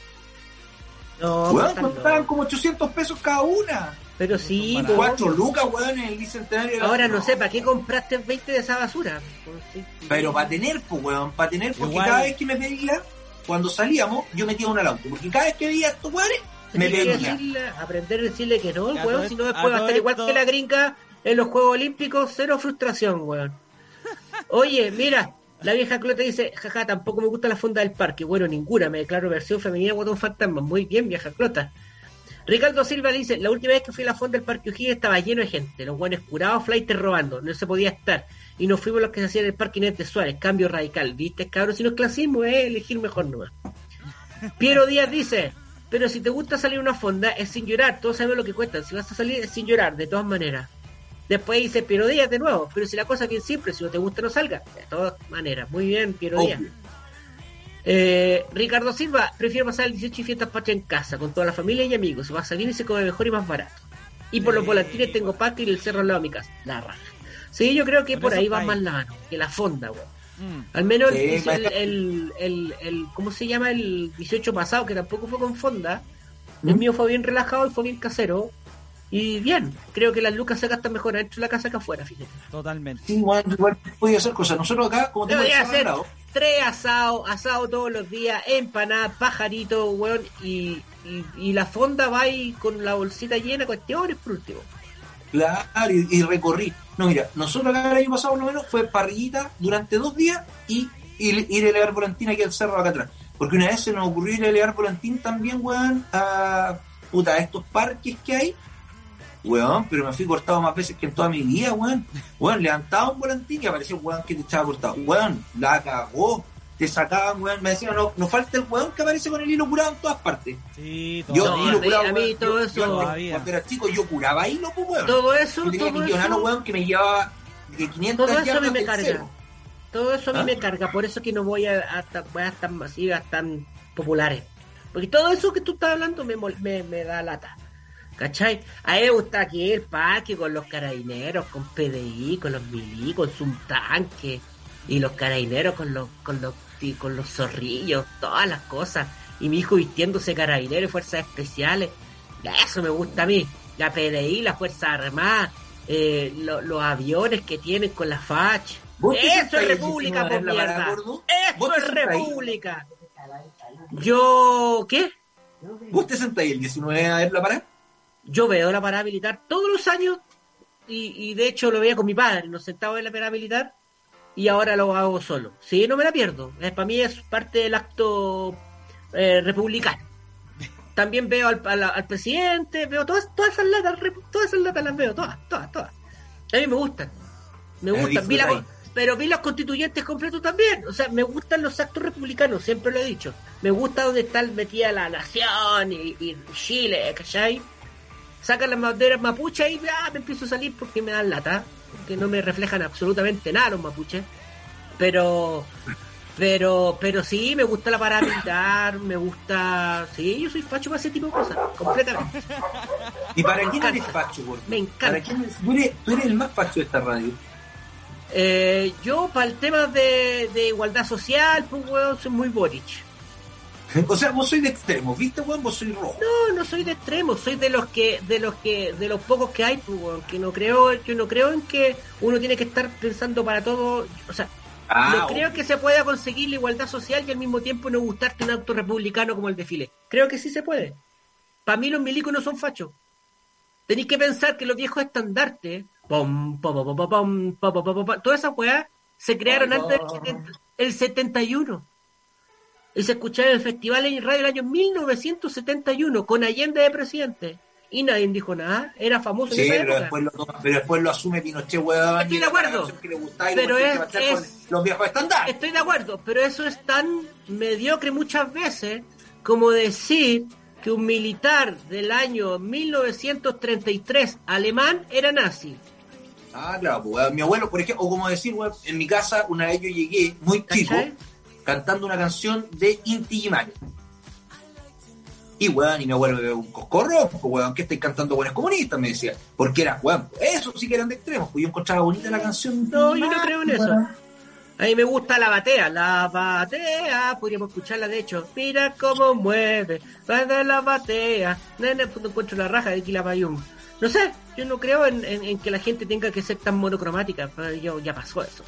[SPEAKER 5] No,
[SPEAKER 4] weón, costaban como ochocientos pesos cada una.
[SPEAKER 5] Pero sí,
[SPEAKER 4] pues. cuatro lucas, weón, en el bicentenario.
[SPEAKER 5] Ahora no sé, ¿para qué compraste veinte de esa basura?
[SPEAKER 4] Pero para tener, pues, weón, para tener, porque
[SPEAKER 6] igual,
[SPEAKER 4] cada vez que me pedía, cuando salíamos, yo metía una al auto. Porque cada vez que veía a estos weones, me pedía.
[SPEAKER 5] Aprender a decirle que no, weón, si no después va a estar igual que la gringa en los Juegos Olímpicos, cero frustración, weón. Oye, mira, la vieja Clota dice, jaja, tampoco me gusta la fonda del parque. Bueno, ninguna, me declaro versión femenina Guatón Fantasma. Muy bien, vieja Clota. Ricardo Silva dice, la última vez que fui a la fonda del parque O'Higgins estaba lleno de gente, los buenos curados, flightes robando, no se podía estar. Y nos fuimos los que se hacían en el parque Inés de Suárez, cambio radical. ¿Viste, cabrón? Si no es clasismo, es eh, elegir mejor nomás. Piero Díaz dice, pero si te gusta salir a una fonda, es sin llorar, todos sabemos lo que cuesta. Si vas a salir, es sin llorar, de todas maneras. Después dice Piero Díaz de nuevo, pero si la cosa es bien simple, si no te gusta no salga, de todas maneras. Muy bien, Piero Díaz. Eh, Ricardo Silva, prefiero pasar el dieciocho y fiestas patria en casa, con toda la familia y amigos, se pasa bien y se come mejor y más barato. Y por los volantines tengo Paca y el cerro al lado de mi casa, la raja. Sí, yo creo que por, por ahí va más la mano, que la fonda, weón. Mm. Al menos sí, el, el, el, el, el, ¿cómo se llama? El dieciocho pasado, que tampoco fue con fonda. ¿Mm? El mío fue bien relajado y fue bien casero. Y bien, creo que las lucas se gastan mejor adentro de la casa que afuera, fíjate.
[SPEAKER 6] Totalmente.
[SPEAKER 4] Sí, bueno, igual podía hacer cosas. Nosotros acá, como tenemos
[SPEAKER 5] el hacer tres asados, asado todos los días, empanada, pajarito, weón, y, y, y la fonda va ahí con la bolsita llena, cuestiones por último.
[SPEAKER 4] Claro, y, y recorrí. No, mira, nosotros acá el año pasado por lo menos fue parrillita durante dos días y, y ir a elevar volantín aquí al cerro acá atrás. Porque una vez se nos ocurrió ir a elevar volantín también, weón, a, puta, a estos parques que hay. Weón, pero me fui cortado más veces que en toda mi vida, weón. Weón, levantaba un volantín y aparecía un weón que te estaba cortado. Weón, la cagó. Te sacaban, weón, me decían, no, no falta el weón que aparece con el hilo curado en todas partes.
[SPEAKER 6] Sí, todo.
[SPEAKER 4] Yo,
[SPEAKER 5] no,
[SPEAKER 4] hilo curado,
[SPEAKER 5] a mí
[SPEAKER 4] weón,
[SPEAKER 5] todo
[SPEAKER 4] yo,
[SPEAKER 5] eso
[SPEAKER 4] yo,
[SPEAKER 5] todavía.
[SPEAKER 4] Cuando era chico yo curaba hilo, pues, weón.
[SPEAKER 5] Todo eso,
[SPEAKER 4] yo tenía
[SPEAKER 5] todo
[SPEAKER 4] mi
[SPEAKER 5] eso.
[SPEAKER 4] weón, que me llevaba de quinientas
[SPEAKER 5] todo eso a mí me carga.
[SPEAKER 4] Cero.
[SPEAKER 5] Todo eso a mí
[SPEAKER 4] ¿Ah?
[SPEAKER 5] me carga, por eso que no voy a, a, a, a tan masivas, tan populares. Porque todo eso que tú estás hablando me, me, me da lata. ¿Cachai? A mí me gusta aquí el parque con los carabineros, con P D I, con los milicos, con su tanque, y los carabineros con los, con los, con los zorrillos, todas las cosas. Y mi hijo vistiéndose carabinero y fuerzas especiales. Eso me gusta a mí. La P D I, las fuerzas armadas, eh, lo, los aviones que tienen con la fach. Eso es república, por mierda. Eso es república. Yo, ¿qué?
[SPEAKER 4] ¿Vos te sentáis el diecinueve a ver la parada?
[SPEAKER 5] Yo veo la parada militar todos los años y, y de hecho lo veía con mi padre, nos sentábamos en la parada militar y ahora lo hago solo. Sí, no me la pierdo. Eh, para mí es parte del acto eh, republicano. También veo al, al, al presidente, veo todas, todas esas latas, todas esas latas las veo, todas, todas, todas. A mí me gustan, me gustan. Vi la, pero vi los constituyentes completos también. O sea, me gustan los actos republicanos, siempre lo he dicho. Me gusta donde está metida la nación y, y Chile, ¿cachai? Sacan las banderas mapuches y ah, me empiezo a salir porque me dan lata, porque no me reflejan absolutamente nada los mapuches. Pero, pero, pero sí, me gusta la parada militar, me gusta, sí, yo soy facho para ese tipo de cosas, completamente.
[SPEAKER 4] ¿Y para quién eres facho, güey?
[SPEAKER 5] Me encanta.
[SPEAKER 4] ¿Para quién eres? Tú, eres, tú eres el más facho de esta radio.
[SPEAKER 5] Eh, yo, para el tema de, de igualdad social, pues, weón, soy muy Boric.
[SPEAKER 4] O sea, vos sois de extremos, ¿viste, weón? Vos sois rojo.
[SPEAKER 5] No, no soy de extremos, soy de los que, de los que, de los pocos que hay, pues, weón, que no creo, yo no creo en que uno tiene que estar pensando para todo, o sea, ah, no creo que se pueda conseguir la igualdad social y al mismo tiempo no gustarte un acto republicano como el desfile. Creo que sí se puede. Para mí los milicos no son fachos. Tenéis que pensar que los viejos estandartes, pom, pom, pom, pom, pom, pom, pom, pom, pom, todas esas weas se crearon oh, antes del setenta, el setenta y uno. Y se escuchaba en el festival en radio el año mil novecientos setenta y uno con Allende de presidente. Y nadie dijo nada, era famoso
[SPEAKER 4] sí,
[SPEAKER 5] en esa
[SPEAKER 4] pero
[SPEAKER 5] época.
[SPEAKER 4] Después lo, pero después lo asume Pinochet, weón.
[SPEAKER 5] Estoy de acuerdo. Pero es, es,
[SPEAKER 4] los viejos estandartes.
[SPEAKER 5] Estoy de acuerdo, pero eso es tan mediocre muchas veces como decir que un militar del año mil novecientos treinta y tres alemán era nazi.
[SPEAKER 4] Ah, claro, pues, mi abuelo, por ejemplo, o como decir, weón, en mi casa una vez yo llegué muy chico, ¿cachai? Cantando una canción de Inti Illimani. Y weón, y mi abuelo me ve un coscorro, pues weón, que estáis cantando buenas comunistas, me decía. Porque era, weón, eso sí que eran de extremos, pues yo encontraba bonita la canción.
[SPEAKER 5] No, yo no creo en eso. A mí me gusta la batea, la batea, podríamos escucharla de hecho. Mira cómo mueve, va de la batea. Nene, no encuentro la raja de Quilapayún. No sé, yo no creo en, en, en que la gente tenga que ser tan monocromática, pero yo, ya pasó eso.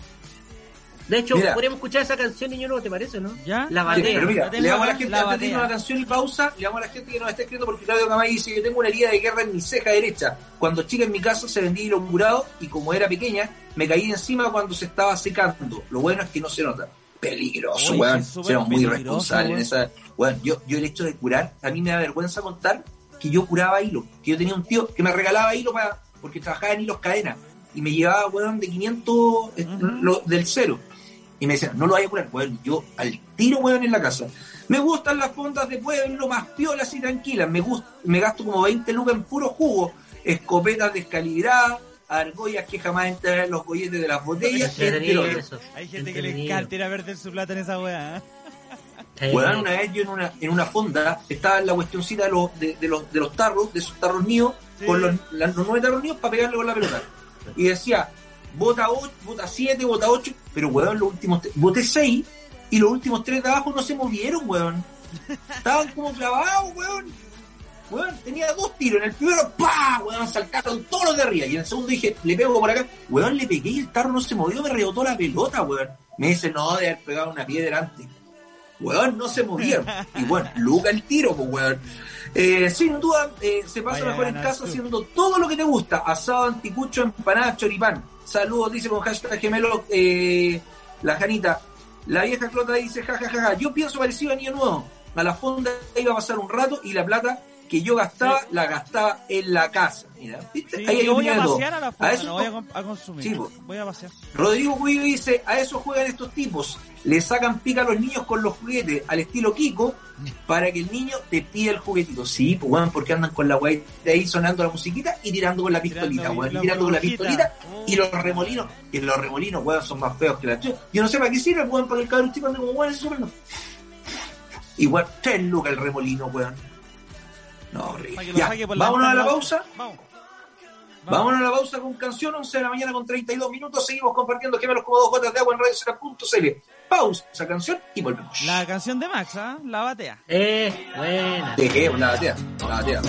[SPEAKER 5] De hecho, mira, podríamos escuchar esa canción, niño, ¿no te parece, no?
[SPEAKER 6] ¿Ya?
[SPEAKER 5] La batea.
[SPEAKER 4] Sí, pero mira, le damos a la gente, antes de irnos a la canción y pausa, le damos a la gente que nos está escribiendo porque Claudio Camay dice: yo tengo una herida de guerra en mi ceja derecha. Cuando chica en mi casa se vendía hilo curado y como era pequeña, me caí encima cuando se estaba secando. Lo bueno es que no se nota. Peligroso, Uy, weón. Seremos muy irresponsables en esa. Weón, yo, yo el hecho de curar, a mí me da vergüenza contar que yo curaba hilo. Que yo tenía un tío que me regalaba hilo para porque trabajaba en hilos cadena y me llevaba, weón, de quinientos uh-huh. lo, del cero. Y me decían, no lo vaya a curar, weón. Yo al tiro, weón, en la casa. Me gustan las fondas de pueblo más piolas y tranquilas. Me gusta, me gasto como veinte lucas en puro jugo. Escopetas descalibradas, argollas que jamás entran en los colletes de las botellas.
[SPEAKER 6] Hay gente que le encanta ir a perder su plata en esa weá.
[SPEAKER 4] ¿eh? Weón, una vez yo en una, en una fonda estaba en la cuestioncita de los, de, de los, de los tarros, de esos tarros nidos, sí. Con los, los nueve tarros nidos para pegarle con la pelota. Y decía, bota ocho, bota siete, bota ocho, pero weón, los últimos tres, boté seis y los últimos tres de abajo no se movieron, weón. Estaban como clavados, weón. Weón, tenía dos tiros, en el primero, ¡pah! Weón, saltaron todos los de arriba, y en el segundo dije, le pego por acá, weón, le pegué y el tarro no se movió, me rebotó la pelota, weón. Me dice, no, de haber pegado una piedra antes. Weón, no se movieron. Y bueno, Luca el tiro, pues weón. Eh, sin duda, eh, se pasa Vaya mejor en casa tú. Haciendo todo lo que te gusta. Asado, anticucho, empanada, choripán. Saludos, dice con hashtag gemelo eh, la Janita. La vieja Clota dice, jajajaja, ja, ja, ja. Yo pienso parecido a Niño Nuevo. A la fonda iba a pasar un rato y la plata que yo gastaba, sí. la gastaba en la casa. Mira, ¿viste?
[SPEAKER 6] Sí,
[SPEAKER 4] ahí hay
[SPEAKER 6] yo
[SPEAKER 4] un
[SPEAKER 6] voy a pasear a la fonda,
[SPEAKER 4] a eso,
[SPEAKER 6] no voy a, a consumir.
[SPEAKER 4] Sí,
[SPEAKER 6] voy a pasear.
[SPEAKER 4] Rodrigo Cuyo dice, a eso juegan estos tipos. Le sacan pica a los niños con los juguetes al estilo Kiko para que el niño te pida el juguetito. Sí, pues weón, porque andan con la weá de ahí sonando la musiquita y tirando con la pistolita, weón. Y tirando con la pistolita oh. y los remolinos. Y los remolinos, weón, son más feos que la chucha. Yo no sé para qué sirve, weón, para que el cabrón chico ande como weón, eso no. Igual, tres lucas el remolino, weón. No, horrible. Ya,
[SPEAKER 6] por la
[SPEAKER 4] vámonos a la
[SPEAKER 6] ventana.
[SPEAKER 4] pausa.
[SPEAKER 6] Vamos.
[SPEAKER 4] Vamos. Vámonos a la pausa con canción, once de la mañana con treinta y dos minutos. Seguimos compartiendo Gemelos como dos gotas de agua en radio cero punto c l. Pausa, canción y volvemos.
[SPEAKER 6] La canción de Max, ¿ah? ¿eh? La batea.
[SPEAKER 5] Eh, buena.
[SPEAKER 4] ¿De qué? La batea. La batea.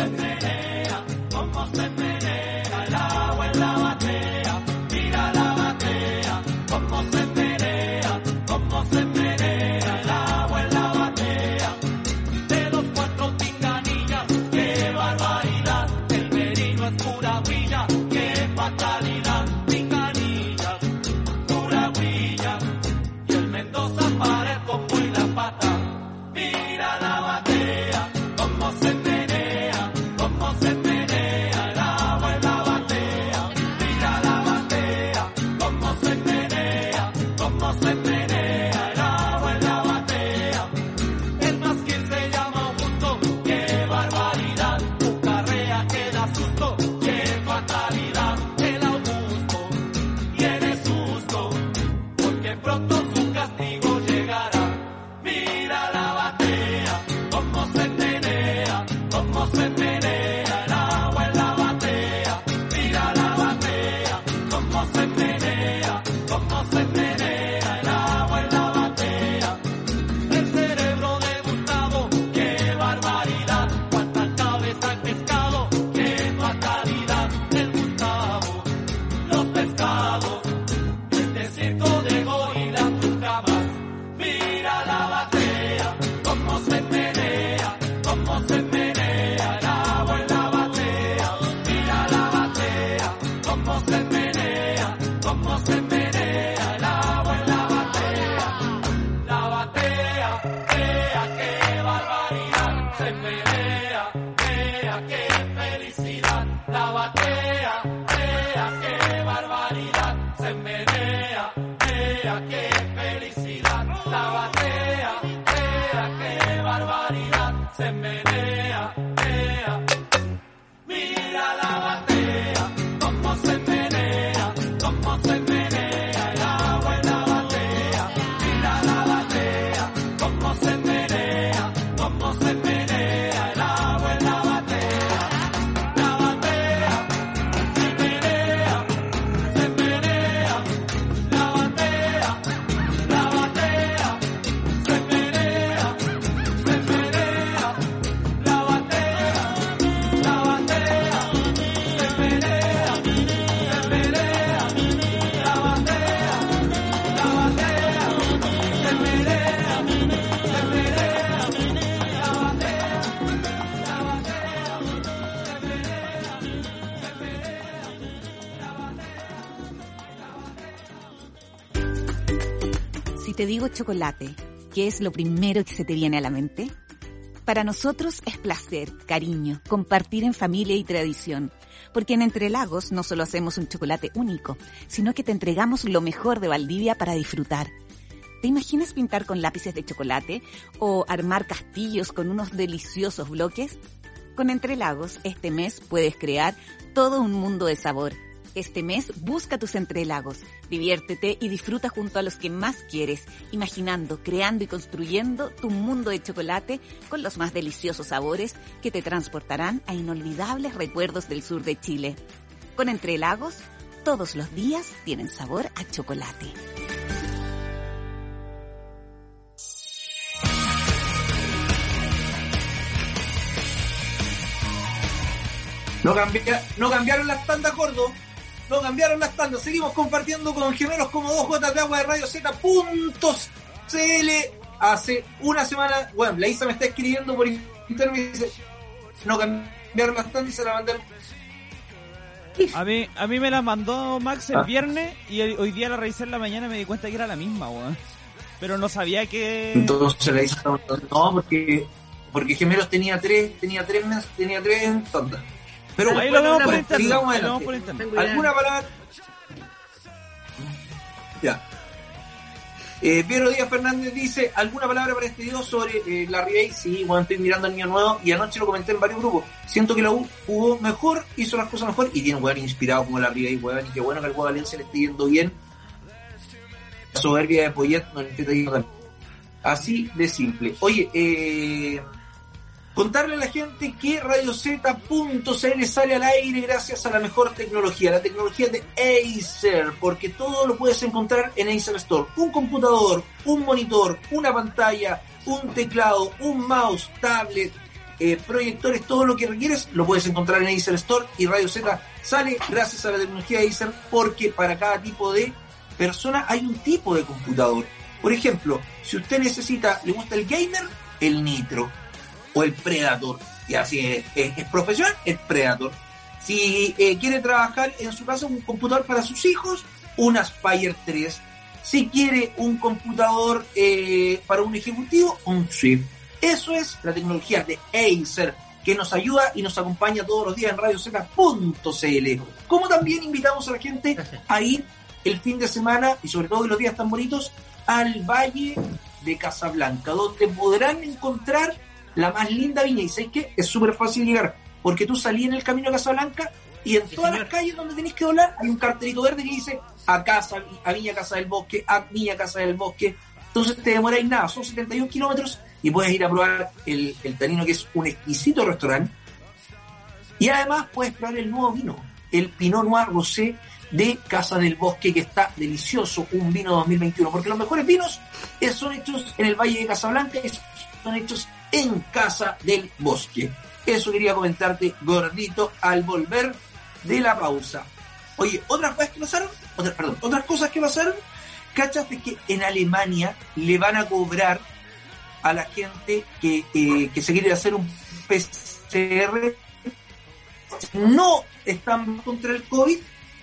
[SPEAKER 8] Si te digo chocolate, ¿qué es lo primero que se te viene a la mente? Para nosotros es placer, cariño, compartir en familia y tradición. Porque en Entre Lagos no solo hacemos un chocolate único, sino que te entregamos lo mejor de Valdivia para disfrutar. ¿Te imaginas pintar con lápices de chocolate o armar castillos con unos deliciosos bloques? Con Entre Lagos, este mes puedes crear todo un mundo de sabor. Este mes busca tus entrelagos, diviértete y disfruta junto a los que más quieres, imaginando, creando y construyendo tu mundo de chocolate con los más deliciosos sabores que te transportarán a inolvidables recuerdos del sur de Chile. Con Entrelagos, todos los días tienen sabor a chocolate.
[SPEAKER 4] No, cambia, no cambiaron las tandas, gordo. No cambiaron las tandas. Seguimos compartiendo con Gemelos como dos gotas de agua de radio Z punto c l. Hace una semana, bueno, la Isa me está escribiendo por internet y dice, no cambiaron las tandas y se la mandaron.
[SPEAKER 6] A mí, a mí me la mandó Max el
[SPEAKER 4] Ah.
[SPEAKER 6] viernes y el- hoy día la revisé en la mañana y me di cuenta que era la misma, weón. Pero no sabía que...
[SPEAKER 4] Entonces la Isa no, porque porque Gemelos tenía tres, tenía tres mes, tenía tres tandas. Pero
[SPEAKER 6] Ahí
[SPEAKER 4] bueno,
[SPEAKER 6] lo vemos por
[SPEAKER 4] bueno,
[SPEAKER 6] internet.
[SPEAKER 4] sigamos
[SPEAKER 6] Ahí lo
[SPEAKER 4] adelante.
[SPEAKER 6] vemos por internet.
[SPEAKER 5] Tengo idea.
[SPEAKER 4] ¿Alguna palabra? Ya. Eh, Piero Díaz Fernández dice, ¿alguna palabra para este video sobre eh, la Ribey? Sí, bueno, estoy mirando al Niño Nuevo y anoche lo comenté en varios grupos. Siento que la U jugó mejor, hizo las cosas mejor y tiene un weón inspirado como la Ribey, weón, y qué bueno que el Valencia le esté yendo bien. La soberbia de Poyet no le esté yendo tan. Así de simple. Oye, eh, contarle a la gente que radio zeta punto c l sale al aire gracias a la mejor tecnología, la tecnología de Acer, porque todo lo puedes encontrar en Acer Store. Un computador, un monitor, una pantalla, un teclado, un mouse, tablet, eh, proyectores, todo lo que requieres lo puedes encontrar en Acer Store, y Radio Z sale gracias a la tecnología de Acer, porque para cada tipo de persona hay un tipo de computador. Por ejemplo, si usted necesita, le gusta el gamer, el Nitro o el Predator, y así es, es, es profesional, el Predator. Si eh, quiere trabajar en su casa un computador para sus hijos, un Aspire tres. Si quiere un computador eh, para un ejecutivo, un Swift. Eso es la tecnología de Acer, que nos ayuda y nos acompaña todos los días en radio zeta punto c l. Como también invitamos a la gente a ir el fin de semana, y sobre todo en los días tan bonitos, al Valle de Casablanca, donde podrán encontrar la más linda viña. Y sé que es súper fácil llegar, porque tú salís en el camino de Casablanca y en sí, todas señor. Las calles donde tenés que doblar hay un cartelito verde que dice a casa, a Viña Casa del Bosque, a Viña Casa del Bosque. Entonces te demoráis nada, son setenta y un kilómetros y puedes ir a probar el, el Tanino, que es un exquisito restaurante. Y además puedes probar el nuevo vino, el Pinot Noir Rosé de Casa del Bosque, que está delicioso, un vino dos mil veintiuno, porque los mejores vinos son hechos en el Valle de Casablanca y son hechos en Casa del Bosque. Eso quería comentarte, gordito, al volver de la pausa. Oye, otras cosas que pasaron, otras, perdón, otras cosas que pasaron, ¿cachaste que en Alemania le van a cobrar a la gente que, eh, que se quiere hacer un P C R, no están contra el COVID?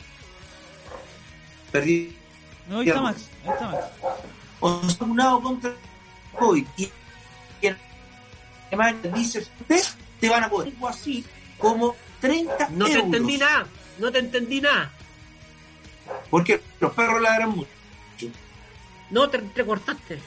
[SPEAKER 4] Perdí.
[SPEAKER 6] No, ahí está Max, ahí está Max.
[SPEAKER 4] O se han vacunado contra el COVID y en Alemania dices, ustedes te van a cobrar algo así como treinta
[SPEAKER 5] no
[SPEAKER 4] euros.
[SPEAKER 5] No te entendí nada, no te entendí nada.
[SPEAKER 4] Porque los perros ladran mucho.
[SPEAKER 5] No, te, te cortaste.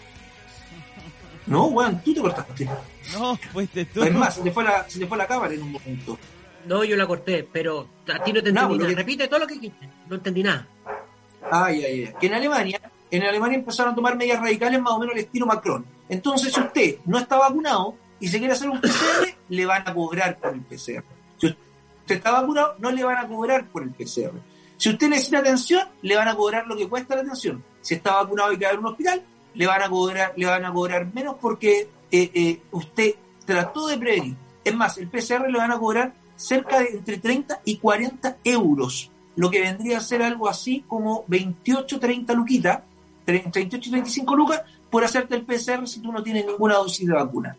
[SPEAKER 4] No, weón, tú te cortaste.
[SPEAKER 6] No, fuiste tú.
[SPEAKER 4] Es más, se te fue la, se te fue la cámara en un momento.
[SPEAKER 5] No, yo la corté, pero a ti no te entendí
[SPEAKER 4] no,
[SPEAKER 5] nada.
[SPEAKER 4] Que...
[SPEAKER 5] Repite todo lo que dijiste, no entendí nada.
[SPEAKER 4] Ay, ay, ay. Que en Alemania, en Alemania empezaron a tomar medidas radicales más o menos al estilo Macron. Entonces, si usted no está vacunado y se quiere hacer un P C R, le van a cobrar por el P C R. Si usted está vacunado, no le van a cobrar por el P C R. Si usted necesita atención, le van a cobrar lo que cuesta la atención. Si está vacunado y queda en un hospital, le van a cobrar, le van a cobrar menos porque eh, eh, usted trató de prevenir. Es más, el P C R le van a cobrar cerca de entre treinta y cuarenta euros, lo que vendría a ser algo así como veintiocho, treinta luquitas, veintiocho, treinta y cinco lucas por hacerte el P C R si tú no tienes ninguna dosis de vacuna.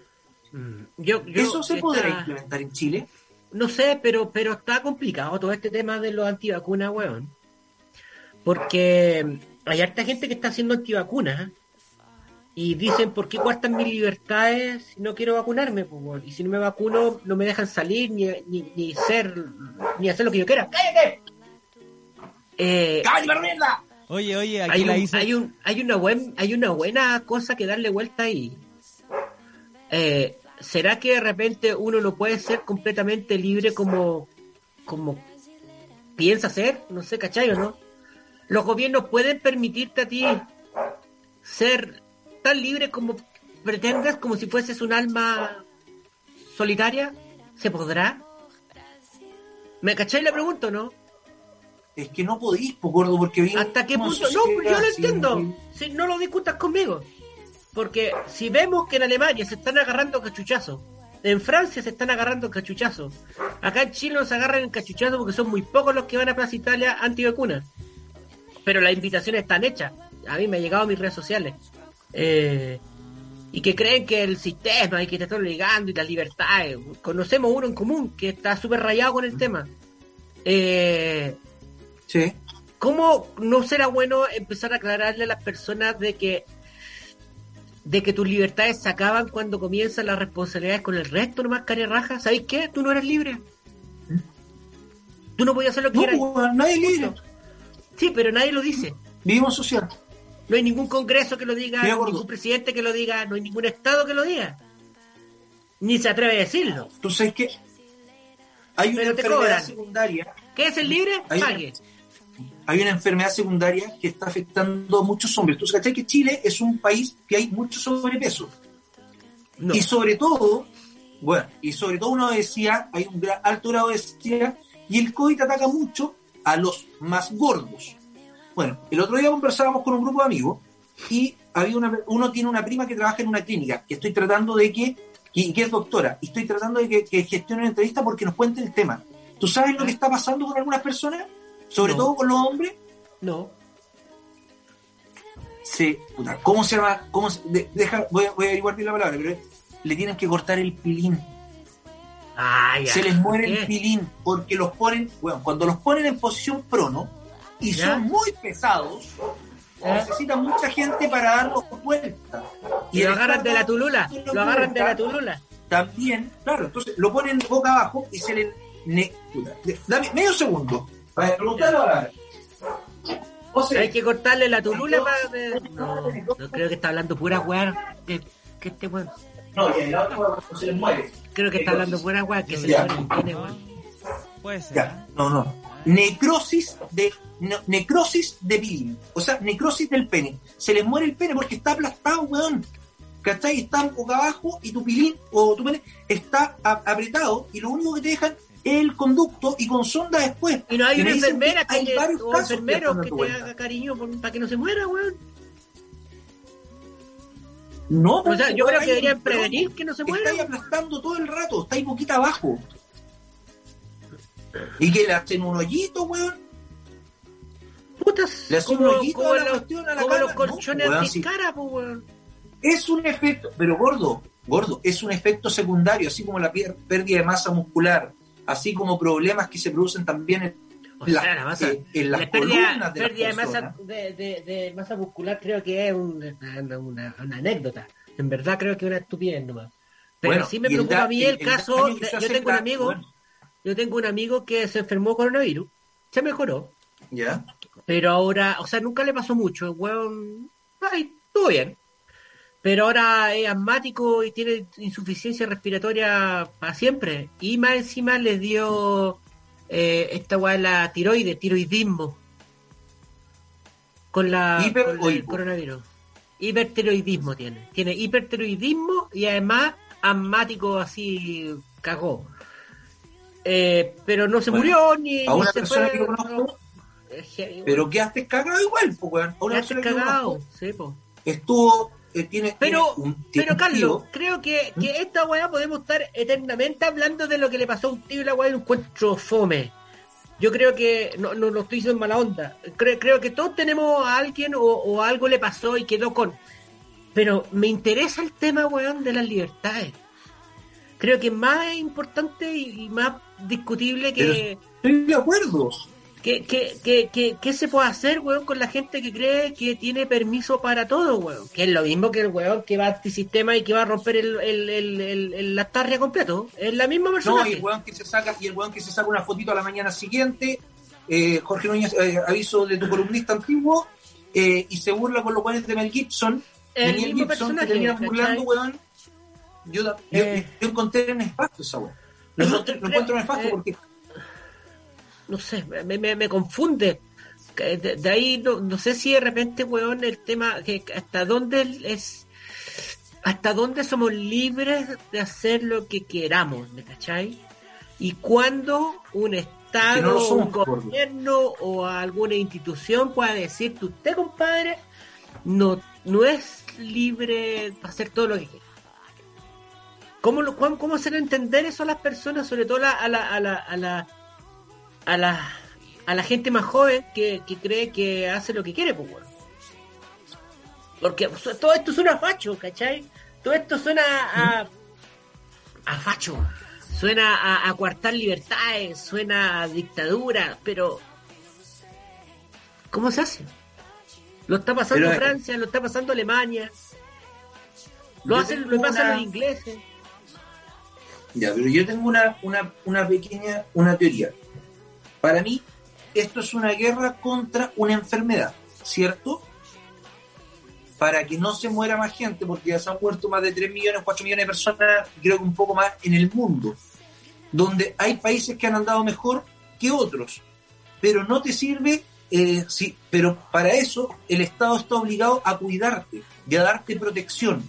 [SPEAKER 5] Yo, yo,
[SPEAKER 4] ¿Eso se
[SPEAKER 5] esta...
[SPEAKER 4] podrá implementar en Chile?
[SPEAKER 5] No sé, pero pero está complicado todo este tema de los antivacunas, weón. Porque hay harta gente que está haciendo antivacunas y dicen, ¿por qué cuartan mis libertades si no quiero vacunarme? Pues, y si no me vacuno, no me dejan salir ni, ni, ni ser ni hacer lo que yo quiera. ¡Cállate! Eh,
[SPEAKER 4] ¡Cállate, mierda!
[SPEAKER 6] Oye, oye, aquí
[SPEAKER 5] hay,
[SPEAKER 6] la
[SPEAKER 5] un,
[SPEAKER 6] hice.
[SPEAKER 5] hay, un, hay, una buen, hay una buena cosa que darle vuelta ahí. Eh, ¿Será que de repente uno no puede ser completamente libre como, como piensa ser? No sé, ¿cachai o no? Los gobiernos pueden permitirte a ti ser tan libre como pretendes, como si fueses un alma solitaria. ¿Se podrá? ¿Me cachai la pregunta, no?
[SPEAKER 4] Es que no podís, po, gordo, porque...
[SPEAKER 5] ¿Hasta qué punto? No, yo lo entiendo. Si no lo discutas conmigo. Porque si vemos que en Alemania se están agarrando cachuchazos, en Francia se están agarrando cachuchazos, acá en Chile no se agarran en cachuchazos porque son muy pocos los que van a Plaza Italia antivacunas. Pero las invitaciones están hechas. A mí me ha llegado a mis redes sociales. Eh, y que creen que el sistema y que te están obligando y las libertades. Conocemos uno en común que está súper rayado con el tema. Eh,
[SPEAKER 4] sí.
[SPEAKER 5] ¿Cómo no será bueno empezar a aclararle a las personas de que de que tus libertades se acaban cuando comienzan las responsabilidades con el resto nomás, cara raja? ¿Sabéis qué? Tú no eres libre. Tú no puedes hacer lo que
[SPEAKER 4] no,
[SPEAKER 5] quieras.
[SPEAKER 4] No, nadie es libre.
[SPEAKER 5] Sí, pero nadie lo dice.
[SPEAKER 4] Vivimos social.
[SPEAKER 5] No hay ningún congreso que lo diga,
[SPEAKER 4] no hay
[SPEAKER 5] ningún presidente que lo diga, no hay ningún estado que lo diga. Ni se atreve a decirlo.
[SPEAKER 4] ¿Tú sabes qué? Hay una
[SPEAKER 5] pero te
[SPEAKER 4] enfermedad
[SPEAKER 5] cobran.
[SPEAKER 4] secundaria.
[SPEAKER 5] ¿Qué es el libre?
[SPEAKER 4] Hay
[SPEAKER 5] Pague.
[SPEAKER 4] Una... hay una enfermedad secundaria que está afectando a muchos hombres. Entonces, ¿cachai? Que Chile es un país que hay mucho sobrepeso. No. Y sobre todo, bueno, y sobre todo una obesidad, hay un gran, alto grado de obesidad, y el COVID ataca mucho a los más gordos. Bueno, el otro día conversábamos con un grupo de amigos, y había una, uno tiene una prima que trabaja en una clínica, que estoy tratando de que, que, que es doctora, y estoy tratando de que, que gestione una entrevista porque nos cuente el tema. ¿Tú sabes lo que está pasando con algunas personas? Sobre no. todo con los hombres.
[SPEAKER 5] No.
[SPEAKER 4] Sí, puta, ¿cómo se llama? ¿Cómo se, de, deja, voy, a, voy a averiguar bien la palabra, pero le tienen que cortar el pilín.
[SPEAKER 5] Ah, ya.
[SPEAKER 4] Se les muere el pilín porque los ponen, bueno, cuando los ponen en posición prono y ¿ya? son muy pesados, ¿eh? necesitan mucha gente para darlos vuelta.
[SPEAKER 5] Y, y lo agarran de la tulula, lo agarran de la tulula.
[SPEAKER 4] También, claro, entonces lo ponen boca abajo y se le... Ne, puta, dame medio segundo para preguntarlo ahora.
[SPEAKER 5] O sea, hay que cortarle la tulula para... No, no creo que está hablando pura weá. Que, que este weón.
[SPEAKER 4] No, y el otro se les muere.
[SPEAKER 5] Creo que está hablando pura weá, que se le muere el pene, weón.
[SPEAKER 6] Puede ser.
[SPEAKER 4] Ya, no, no. Necrosis de no, necrosis de pilín. O sea, necrosis del pene. Se les muere el pene porque está aplastado, weón. ¿Cachai? Está boca abajo y tu pilín o tu pene está a, apretado y lo único que te dejan es el conducto y con sonda después.
[SPEAKER 5] Y no hay
[SPEAKER 4] y
[SPEAKER 5] una enfermera
[SPEAKER 4] que, que
[SPEAKER 5] hay o enfermero que, que te haga cariño por, para que no se muera, weón.
[SPEAKER 4] No,
[SPEAKER 5] o sea, yo creo que deberían prevenir que no se muera.
[SPEAKER 4] Estáis aplastando todo el rato, estáis boquita abajo. Y que le hacen un hoyito, weón.
[SPEAKER 5] Putas,
[SPEAKER 4] le hacen
[SPEAKER 5] como,
[SPEAKER 4] un hoyito
[SPEAKER 5] como,
[SPEAKER 4] a la
[SPEAKER 5] los,
[SPEAKER 4] cuestión, a la
[SPEAKER 5] como
[SPEAKER 4] cara.
[SPEAKER 5] los colchones
[SPEAKER 4] no,
[SPEAKER 5] anticara, pues, weón.
[SPEAKER 4] Es un efecto, pero gordo, gordo, es un efecto secundario, así como la pier- pérdida de masa muscular, así como problemas que se producen también en,
[SPEAKER 5] o
[SPEAKER 4] la,
[SPEAKER 5] sea, la masa,
[SPEAKER 4] eh, en las
[SPEAKER 5] la pérdida,
[SPEAKER 4] columnas de
[SPEAKER 5] pérdida
[SPEAKER 4] las
[SPEAKER 5] de masa
[SPEAKER 4] personas.
[SPEAKER 5] de, de, de masa muscular creo que es un, una, una, una anécdota. En verdad creo que es una estupidez nomás. Pero
[SPEAKER 4] Bueno,
[SPEAKER 5] sí me
[SPEAKER 4] y el
[SPEAKER 5] preocupa
[SPEAKER 4] da-
[SPEAKER 5] a mí el,
[SPEAKER 4] el- el
[SPEAKER 5] caso.
[SPEAKER 4] daño que
[SPEAKER 5] De,
[SPEAKER 4] se
[SPEAKER 5] yo
[SPEAKER 4] hace
[SPEAKER 5] tengo un
[SPEAKER 4] la-
[SPEAKER 5] amigo,
[SPEAKER 4] bueno.
[SPEAKER 5] yo tengo un amigo que se enfermó coronavirus, se mejoró,
[SPEAKER 4] ¿Ya?
[SPEAKER 5] pero ahora, o sea, nunca le pasó mucho, el weón, ay, todo bien. Pero ahora es asmático y tiene insuficiencia respiratoria para siempre. Y más encima le dio eh, esta weá la tiroide, tiroidismo. Con la
[SPEAKER 4] Hiper
[SPEAKER 5] con
[SPEAKER 4] o
[SPEAKER 5] el
[SPEAKER 4] hipo.
[SPEAKER 5] coronavirus. Hipertiroidismo tiene. Tiene hipertiroidismo y además asmático así cagó. Eh, pero no se
[SPEAKER 4] Bueno,
[SPEAKER 5] murió ni,
[SPEAKER 4] a
[SPEAKER 5] ni
[SPEAKER 4] una
[SPEAKER 5] se
[SPEAKER 4] persona
[SPEAKER 5] fue.
[SPEAKER 4] que yo conozco,
[SPEAKER 5] Eh,
[SPEAKER 4] pero quedaste cagado igual, pues, weón. A una
[SPEAKER 5] quedaste
[SPEAKER 4] persona que yo
[SPEAKER 5] cagado,
[SPEAKER 4] conozco,
[SPEAKER 5] sí, po.
[SPEAKER 4] estuvo, eh, tiene,
[SPEAKER 5] Pero,
[SPEAKER 4] tiene un, tiene
[SPEAKER 5] pero
[SPEAKER 4] un
[SPEAKER 5] Carlos,
[SPEAKER 4] tío.
[SPEAKER 5] creo que, que esta weá podemos estar eternamente hablando de lo que le pasó a un tío y la weá de un encuentro fome. Yo creo que, no, no lo estoy diciendo en mala onda, creo, creo que todos tenemos a alguien o, o algo le pasó y quedó con... Pero me interesa el tema, weón, de las libertades. Creo que es más importante y, y más discutible que...
[SPEAKER 4] Pero estoy de acuerdo.
[SPEAKER 5] ¿Qué, qué, qué, qué, ¿Qué se puede hacer, weón, con la gente que cree que tiene permiso para todo, weón? Que es lo mismo que el weón que va antisistema y que va a romper el, el, el, el, el la tarria completo. Es la misma persona.
[SPEAKER 4] No, y el weón que se saca, y el weón que se saca una fotito a la mañana siguiente, eh, Jorge Núñez, eh, aviso de tu columnista antiguo, eh, y se burla con los weones de Mel Gibson.
[SPEAKER 5] El
[SPEAKER 4] Mel
[SPEAKER 5] mismo
[SPEAKER 4] Gibson
[SPEAKER 5] personaje,
[SPEAKER 4] que termina
[SPEAKER 5] ¿cachai?
[SPEAKER 4] burlando, weón. Yo, yo,
[SPEAKER 5] Eh.
[SPEAKER 4] yo encontré nefasto esa weón. Lo
[SPEAKER 5] No,
[SPEAKER 4] encontré- lo
[SPEAKER 5] creo-
[SPEAKER 4] encuentro nefasto
[SPEAKER 5] eh.
[SPEAKER 4] porque
[SPEAKER 5] No sé, me, me, me confunde. Que De, de ahí no, no sé si de repente, weón, el tema, que hasta dónde es, hasta dónde somos libres de hacer lo que queramos, ¿me cachai? Y cuando un Estado,
[SPEAKER 4] Que no lo somos,
[SPEAKER 5] un
[SPEAKER 4] gordo.
[SPEAKER 5] gobierno o alguna institución pueda decirte, usted, compadre, no, no es libre para hacer todo lo que quiera. ¿Cómo, lo, cómo, cómo hacer entender eso a las personas, sobre todo la, a la, a la, a la a la a la gente más joven que, que cree que hace lo que quiere, pues bueno. Porque todo esto suena a facho, ¿cachai? Todo esto suena a a facho, suena a, a coartar libertades, suena a dictadura, pero ¿cómo se hace? Lo está pasando
[SPEAKER 4] Pero,
[SPEAKER 5] Francia, lo está pasando Alemania, lo
[SPEAKER 4] yo
[SPEAKER 5] hacen,
[SPEAKER 4] tengo
[SPEAKER 5] lo pasan
[SPEAKER 4] una-
[SPEAKER 5] los ingleses.
[SPEAKER 4] Ya, pero yo tengo una, una, una pequeña, una teoría. Para mí, esto es una guerra contra una enfermedad, ¿cierto? Para que no se muera más gente, porque ya se han muerto más de tres millones, cuatro millones de personas, creo que un poco más en el mundo, donde hay países que han andado mejor que otros, pero no te sirve eh, sí, pero para eso el Estado está obligado a cuidarte y a darte protección.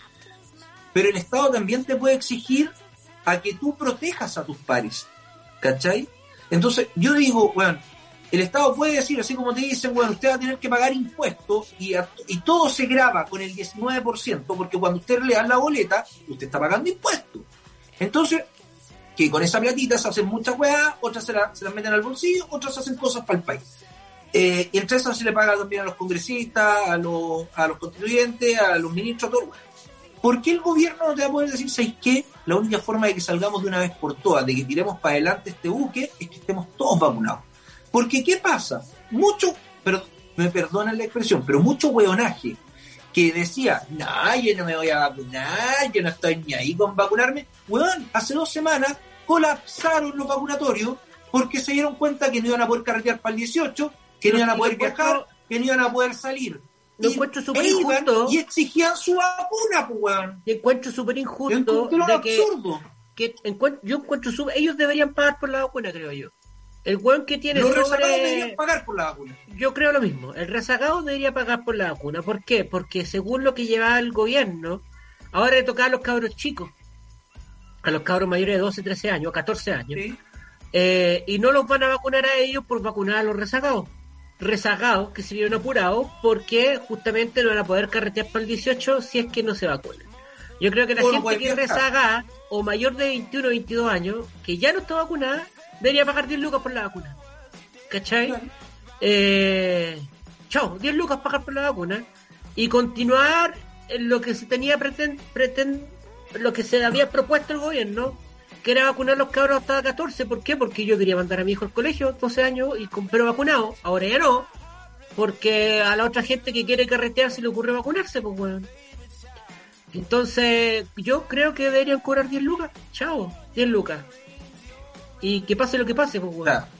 [SPEAKER 4] Pero el Estado también te puede exigir a que tú protejas a tus pares, ¿cachai? Entonces, yo digo, bueno, el Estado puede decir, así como te dicen, bueno, usted va a tener que pagar impuestos y, a, y todo se grava con el diecinueve por ciento, porque cuando usted le dan la boleta, usted está pagando impuestos. Entonces, que con esa platita se hacen muchas weas, otras se, la, se las meten al bolsillo, otras hacen cosas para el país. Eh, y entre esas se le paga también a los congresistas, a los, a los constituyentes, a los ministros, a todo. ¿Por qué el gobierno no te va a poder decir, ¿sabes qué? La única forma de que salgamos de una vez por todas, de que tiremos para adelante este buque, es que estemos todos vacunados? Porque, ¿qué pasa? Mucho, pero me perdonan la expresión, pero mucho hueonaje que decía, no, yo no me voy a vacunar, yo no estoy ni ahí con vacunarme. Hueón, hace dos semanas colapsaron los vacunatorios porque se dieron cuenta que no iban a poder carretear para el dieciocho, que no iban a poder viajar, que no iban a poder salir.
[SPEAKER 5] Lo encuentro súper injusto.
[SPEAKER 4] Y exigían su vacuna, pues, weón.
[SPEAKER 5] Y encuentro súper injusto. De que,
[SPEAKER 4] absurdo.
[SPEAKER 5] Que encuentro, yo encuentro súper... Ellos deberían pagar por la vacuna, creo yo. El weón que tiene
[SPEAKER 4] Los
[SPEAKER 5] sobre...
[SPEAKER 4] rezagados deberían pagar por la vacuna.
[SPEAKER 5] Yo creo lo mismo. El rezagado debería pagar por la vacuna. ¿Por qué? Porque según lo que llevaba el gobierno, ahora le tocaba a los cabros chicos, a los cabros mayores de doce, trece años, catorce años,
[SPEAKER 4] ¿sí?
[SPEAKER 5] eh, y no los van a vacunar a ellos por vacunar a los rezagados. Rezagados que se vieron apurados porque justamente no van a poder carretear para el dieciocho si es que no se vacunan. Yo creo que la
[SPEAKER 4] Bueno,
[SPEAKER 5] gente que es rezagada o mayor de veintiuno o veintidós años, que ya no está vacunada, debería pagar diez lucas por la vacuna. ¿Cachai? Claro. Eh, chao, diez lucas pagar por la vacuna y continuar en lo que se tenía pretend, pretend, lo que se había propuesto el gobierno, que era vacunar a los cabros hasta catorce. ¿Por qué? Porque yo quería mandar a mi hijo al colegio, doce años, y pero vacunado. Ahora ya no, porque a la otra gente que quiere carretear se le ocurre vacunarse, pues bueno. Entonces, yo creo que deberían cobrar diez lucas. Chao, diez lucas. Y que pase lo que pase, pues bueno.
[SPEAKER 4] Claro.